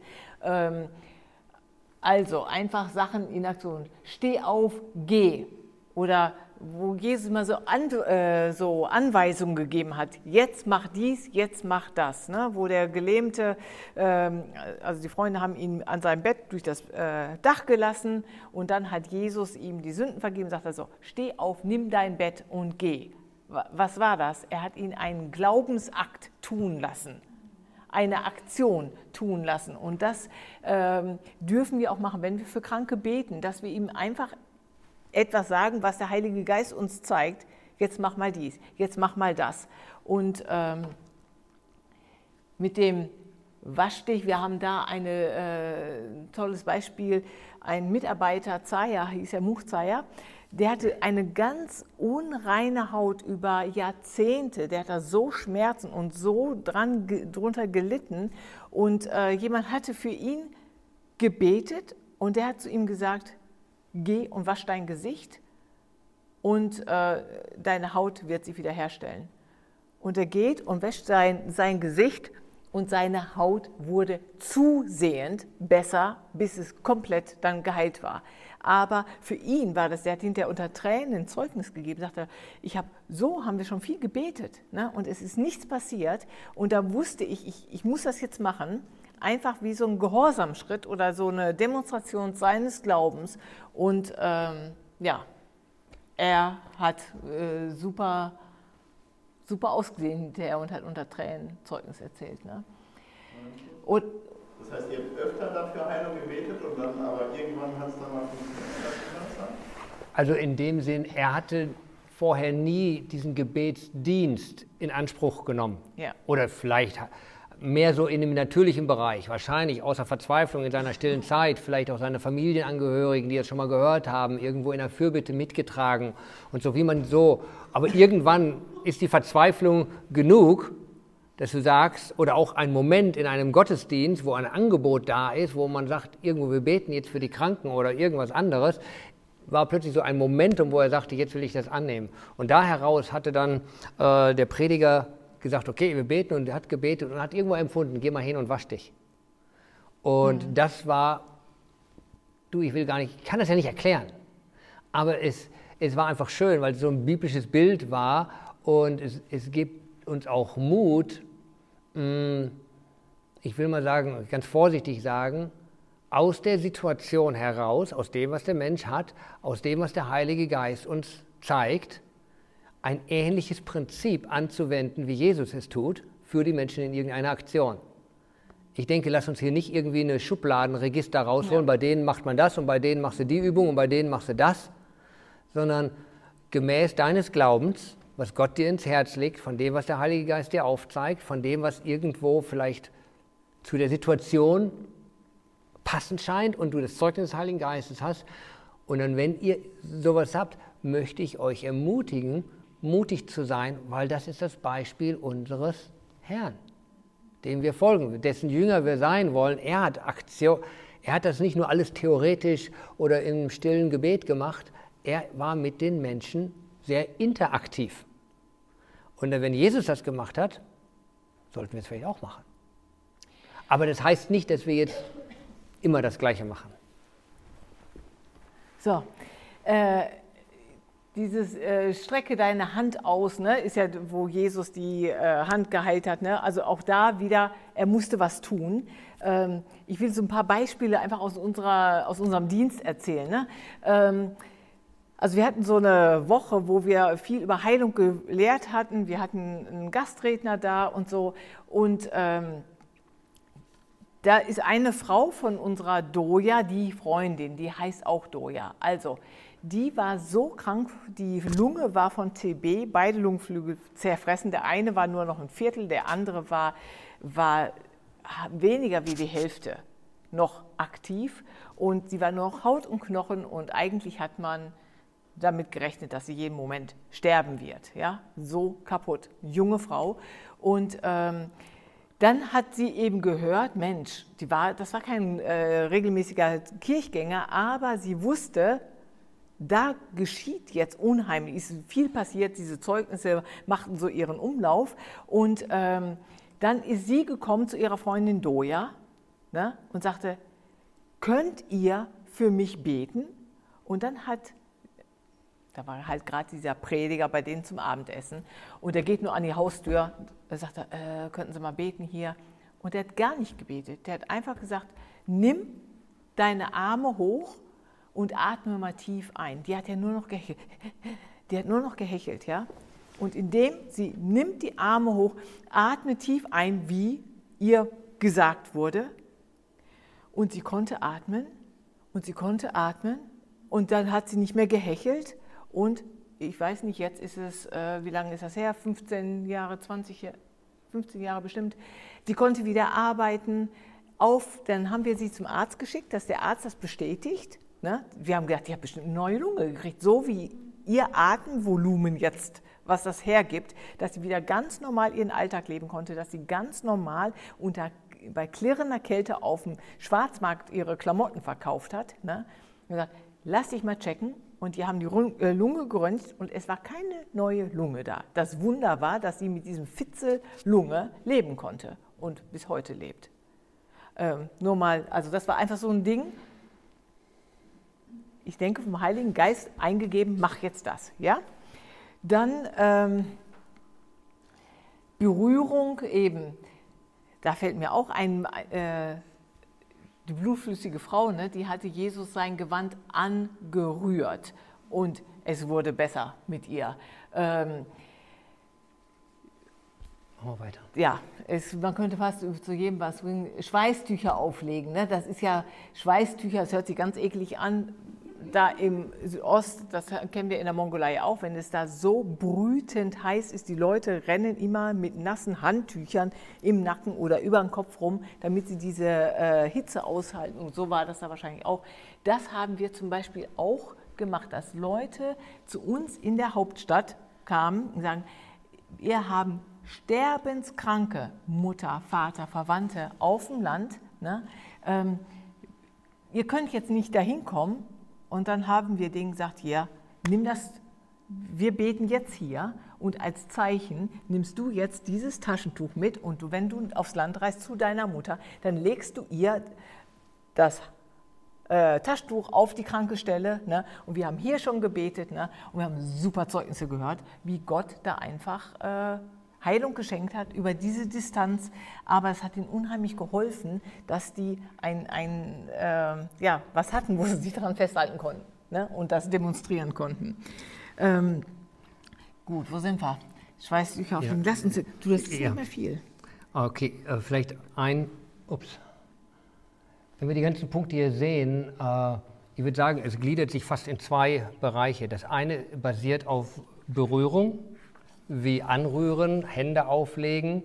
Also einfach Sachen in Aktion. Steh auf, geh. Oder wo Jesus mal so Anweisungen gegeben hat, jetzt mach dies, jetzt mach das. Ne? Wo der Gelähmte, also die Freunde haben ihn an seinem Bett durch das Dach gelassen und dann hat Jesus ihm die Sünden vergeben, sagt er so, steh auf, nimm dein Bett und geh. Was war das? Er hat ihn einen Glaubensakt tun lassen, eine Aktion tun lassen. Und das dürfen wir auch machen, wenn wir für Kranke beten, dass wir ihm einfach etwas sagen, was der Heilige Geist uns zeigt, jetzt mach mal dies, jetzt mach mal das. Und mit dem Wasch dich, wir haben da ein tolles Beispiel, ein Mitarbeiter, Zaya, hieß er Muchzaya, der hatte eine ganz unreine Haut über Jahrzehnte, der hat da so Schmerzen und so drunter gelitten und jemand hatte für ihn gebetet und der hat zu ihm gesagt, geh und wasch dein Gesicht und deine Haut wird sich wiederherstellen. Und er geht und wäscht sein Gesicht und seine Haut wurde zusehend besser, bis es komplett dann geheilt war. Aber für ihn war das, der hat hinterher unter Tränen ein Zeugnis gegeben, sagte, so haben wir schon viel gebetet, ne? Und es ist nichts passiert und da wusste ich muss das jetzt machen. Einfach wie so ein Gehorsamschritt oder so eine Demonstration seines Glaubens. Und er hat super ausgesehen hinterher und hat unter Tränen Zeugnis erzählt. Ne? Und das heißt, ihr habt öfter dafür Heilung gebetet und dann aber irgendwann hat es dann mal funktioniert? Also in dem Sinn, er hatte vorher nie diesen Gebetsdienst in Anspruch genommen. Ja. Oder vielleicht mehr so in dem natürlichen Bereich, wahrscheinlich außer Verzweiflung in seiner stillen Zeit, vielleicht auch seine Familienangehörigen, die das schon mal gehört haben, irgendwo in der Fürbitte mitgetragen und so wie man so, aber irgendwann ist die Verzweiflung genug, dass du sagst, oder auch ein Moment in einem Gottesdienst, wo ein Angebot da ist, wo man sagt, irgendwo wir beten jetzt für die Kranken oder irgendwas anderes, war plötzlich so ein Momentum, wo er sagte, jetzt will ich das annehmen. Und da heraus hatte dann der Prediger gesagt, okay, wir beten und er hat gebetet und hat irgendwo empfunden, geh mal hin und wasch dich. Und das war, ich kann das ja nicht erklären, aber es war einfach schön, weil es so ein biblisches Bild war und es gibt uns auch Mut, ich will mal sagen, ganz vorsichtig sagen, aus der Situation heraus, aus dem, was der Mensch hat, aus dem, was der Heilige Geist uns zeigt, ein ähnliches Prinzip anzuwenden, wie Jesus es tut, für die Menschen in irgendeiner Aktion. Ich denke, lass uns hier nicht irgendwie eine Schubladenregister rausholen, bei denen macht man das und bei denen machst du die Übung und bei denen machst du das, sondern gemäß deines Glaubens, was Gott dir ins Herz legt, von dem, was der Heilige Geist dir aufzeigt, von dem, was irgendwo vielleicht zu der Situation passend scheint und du das Zeugnis des Heiligen Geistes hast. Und dann, wenn ihr sowas habt, möchte ich euch ermutigen, mutig zu sein, weil das ist das Beispiel unseres Herrn, dem wir folgen, dessen Jünger wir sein wollen. Er hat das nicht nur alles theoretisch oder im stillen Gebet gemacht, er war mit den Menschen sehr interaktiv. Und wenn Jesus das gemacht hat, sollten wir es vielleicht auch machen. Aber das heißt nicht, dass wir jetzt immer das Gleiche machen. So, dieses strecke deine Hand aus, ne, ist ja, wo Jesus die Hand geheilt hat. Ne? Also auch da wieder, er musste was tun. Ich will so ein paar Beispiele einfach aus unserem Dienst erzählen. Ne? Also wir hatten so eine Woche, wo wir viel über Heilung gelehrt hatten. Wir hatten einen Gastredner da und so. Und da ist eine Frau von unserer Doja, die Freundin, die heißt auch Doja. Also die war so krank, die Lunge war von TB, beide Lungenflügel zerfressen. Der eine war nur noch ein Viertel, der andere war weniger wie die Hälfte noch aktiv. Und sie war nur noch Haut und Knochen und eigentlich hat man damit gerechnet, dass sie jeden Moment sterben wird. Ja? So kaputt, junge Frau. Und dann hat sie eben gehört, Mensch, das war kein regelmäßiger Kirchgänger, aber sie wusste, da geschieht jetzt unheimlich, ist viel passiert, diese Zeugnisse machten so ihren Umlauf und dann ist sie gekommen zu ihrer Freundin Doja, ne, und sagte, könnt ihr für mich beten? Und dann da war halt gerade dieser Prediger bei denen zum Abendessen und er geht nur an die Haustür, da sagt er, könnten Sie mal beten hier? Und er hat gar nicht gebetet, der hat einfach gesagt, nimm deine Arme hoch und atme mal tief ein. Die hat ja nur noch gehechelt, ja. Und indem sie nimmt die Arme hoch, atmet tief ein, wie ihr gesagt wurde, und sie konnte atmen und sie konnte atmen und dann hat sie nicht mehr gehechelt und ich weiß nicht, jetzt ist es, wie lange ist das her? 15 Jahre, 15 Jahre bestimmt. Sie konnte wieder arbeiten. Dann haben wir sie zum Arzt geschickt, dass der Arzt das bestätigt. Ne? Wir haben gedacht, die hat bestimmt eine neue Lunge gekriegt, so wie ihr Atemvolumen jetzt, was das hergibt, dass sie wieder ganz normal ihren Alltag leben konnte, dass sie ganz normal bei klirrender Kälte auf dem Schwarzmarkt ihre Klamotten verkauft hat. Ne? Wir haben gesagt, lass dich mal checken. Und die haben die Lunge geröntgt und es war keine neue Lunge da. Das Wunder war, dass sie mit diesem Fitzel Lunge leben konnte und bis heute lebt. Nur mal, also das war einfach so ein Ding. Ich denke, vom Heiligen Geist eingegeben, mach jetzt das. Ja? Dann Berührung eben. Da fällt mir auch ein, die blutflüssige Frau, ne, die hatte Jesus sein Gewand angerührt und es wurde besser mit ihr. Machen wir weiter. Ja, man könnte fast zu jedem was bringen. Schweißtücher auflegen, ne? Das ist ja Schweißtücher, das hört sich ganz eklig an. Da im Südost, das kennen wir in der Mongolei auch, wenn es da so brütend heiß ist, die Leute rennen immer mit nassen Handtüchern im Nacken oder über den Kopf rum, damit sie diese Hitze aushalten. Und so war das da wahrscheinlich auch. Das haben wir zum Beispiel auch gemacht, dass Leute zu uns in der Hauptstadt kamen und sagen, wir haben sterbenskranke Mutter, Vater, Verwandte auf dem Land. Ne? Ihr könnt jetzt nicht dahin kommen. Und dann haben wir denen gesagt, hier, nimm das, wir beten jetzt hier und als Zeichen nimmst du jetzt dieses Taschentuch mit und wenn du aufs Land reist zu deiner Mutter, dann legst du ihr das Taschentuch auf die kranke Stelle. Ne? Und wir haben hier schon gebetet, ne? Und wir haben super Zeugnisse gehört, wie Gott da einfach Heilung geschenkt hat über diese Distanz, aber es hat ihnen unheimlich geholfen, dass die was hatten, wo sie sich daran festhalten konnten, ne? Und das demonstrieren konnten. Gut, wo sind wir? Schweißtücher auf den Lass uns, das ist nicht mehr viel. Okay, vielleicht wenn wir die ganzen Punkte hier sehen, ich würde sagen, es gliedert sich fast in zwei Bereiche. Das eine basiert auf Berührung, wie anrühren, Hände auflegen,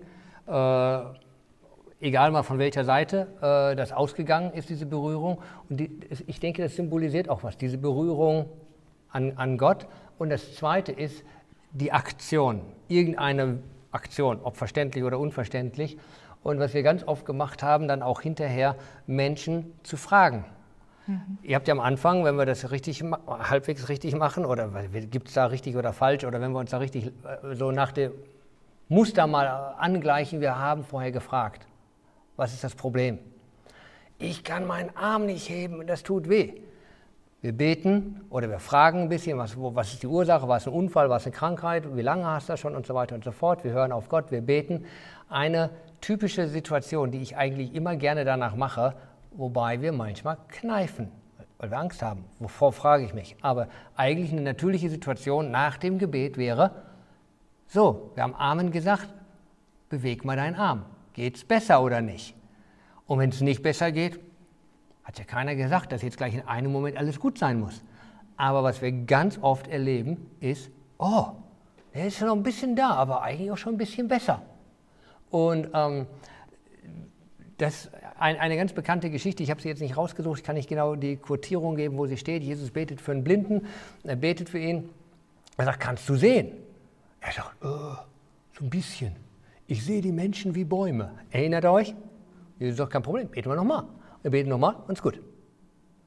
egal mal von welcher Seite das ausgegangen ist, diese Berührung. Und ich denke, das symbolisiert auch was, diese Berührung an Gott. Und das Zweite ist die Aktion, irgendeine Aktion, ob verständlich oder unverständlich. Und was wir ganz oft gemacht haben, dann auch hinterher Menschen zu fragen. Ihr habt ja am Anfang, wenn wir das halbwegs richtig machen, oder gibt es da richtig oder falsch, oder wenn wir uns da richtig so nach dem Muster mal angleichen, wir haben vorher gefragt, was ist das Problem? Ich kann meinen Arm nicht heben und das tut weh. Wir beten oder wir fragen ein bisschen, was ist die Ursache, war es ein Unfall, war es eine Krankheit, wie lange hast du das schon und so weiter und so fort. Wir hören auf Gott, wir beten. Eine typische Situation, die ich eigentlich immer gerne danach mache, wobei wir manchmal kneifen, weil wir Angst haben. Wovor frage ich mich? Aber eigentlich eine natürliche Situation nach dem Gebet wäre, so, wir haben Amen gesagt, beweg mal deinen Arm. Geht's besser oder nicht? Und wenn es nicht besser geht, hat ja keiner gesagt, dass jetzt gleich in einem Moment alles gut sein muss. Aber was wir ganz oft erleben, ist, oh, der ist noch ein bisschen da, aber eigentlich auch schon ein bisschen besser. Und das ist eine ganz bekannte Geschichte, ich habe sie jetzt nicht rausgesucht, ich kann nicht genau die Quotierung geben, wo sie steht. Jesus betet für einen Blinden, er betet für ihn. Er sagt, kannst du sehen? Er sagt, so ein bisschen. Ich sehe die Menschen wie Bäume. Erinnert ihr euch? Jesus sagt, kein Problem, beten wir nochmal. Wir beten nochmal und ist gut.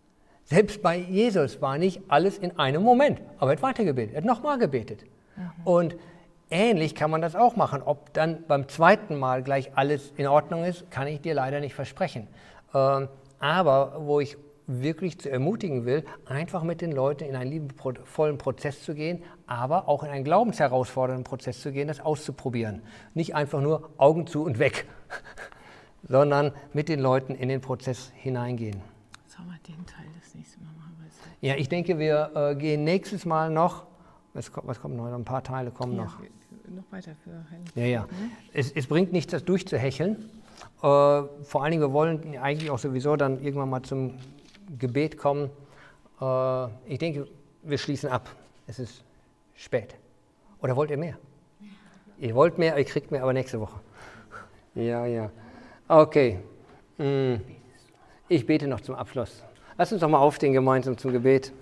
Selbst bei Jesus war nicht alles in einem Moment. Aber er hat weitergebetet, er hat nochmal gebetet. Und ähnlich kann man das auch machen. Ob dann beim zweiten Mal gleich alles in Ordnung ist, kann ich dir leider nicht versprechen. Aber wo ich wirklich zu ermutigen will, einfach mit den Leuten in einen liebevollen Prozess zu gehen, aber auch in einen glaubensherausfordernden Prozess zu gehen, das auszuprobieren. Nicht einfach nur Augen zu und weg, sondern mit den Leuten in den Prozess hineingehen. Sollen wir den Teil das nächste Mal machen? Ja, ich denke, wir gehen nächstes Mal noch, was kommt noch? Ein paar Teile kommen noch. Noch weiter für Heilung. Ja. Es bringt nichts, das durchzuhecheln. Vor allen Dingen, wir wollen eigentlich auch sowieso dann irgendwann mal zum Gebet kommen. Ich denke, wir schließen ab. Es ist spät. Oder wollt ihr mehr? Ihr wollt mehr, ihr kriegt mehr, aber nächste Woche. Ja. Okay. Ich bete noch zum Abschluss. Lass uns doch mal aufstehen gemeinsam zum Gebet.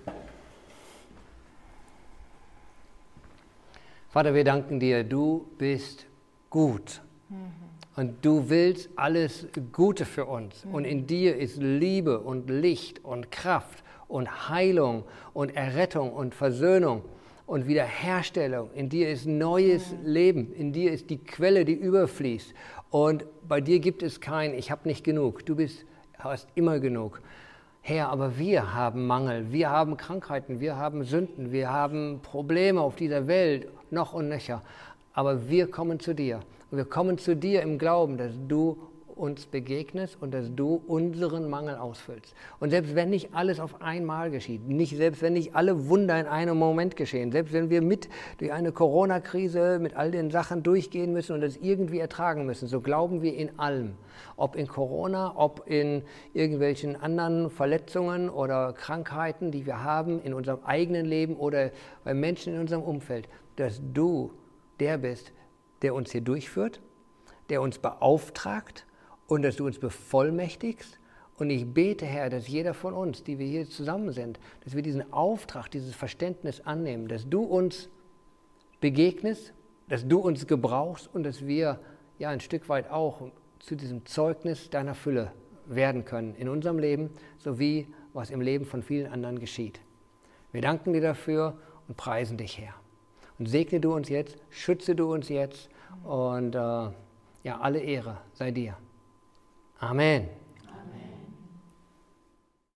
Vater, wir danken dir, du bist gut. Und du willst alles Gute für uns. Und in dir ist Liebe und Licht und Kraft und Heilung und Errettung und Versöhnung und Wiederherstellung. In dir ist neues Leben. In dir ist die Quelle, die überfließt. Und bei dir gibt es kein Ich habe nicht genug. Du hast immer genug. Herr, aber wir haben Mangel, wir haben Krankheiten, wir haben Sünden, wir haben Probleme auf dieser Welt, noch und nöcher. Aber wir kommen zu dir. Und wir kommen zu dir im Glauben, dass du uns begegnest und dass du unseren Mangel ausfüllst. Und selbst wenn nicht alles auf einmal geschieht, selbst wenn nicht alle Wunder in einem Moment geschehen, selbst wenn wir durch eine Corona-Krise mit all den Sachen durchgehen müssen und das irgendwie ertragen müssen, so glauben wir in allem. Ob in Corona, ob in irgendwelchen anderen Verletzungen oder Krankheiten, die wir haben in unserem eigenen Leben oder bei Menschen in unserem Umfeld, dass du der bist, der uns hier durchführt, der uns beauftragt und dass du uns bevollmächtigst. Und ich bete, Herr, dass jeder von uns, die wir hier zusammen sind, dass wir diesen Auftrag, dieses Verständnis annehmen, dass du uns begegnest, dass du uns gebrauchst und dass wir ja ein Stück weit auch zu diesem Zeugnis deiner Fülle werden können in unserem Leben, sowie was im Leben von vielen anderen geschieht. Wir danken dir dafür und preisen dich, Herr. Und segne du uns jetzt, schütze du uns jetzt und alle Ehre sei dir. Amen.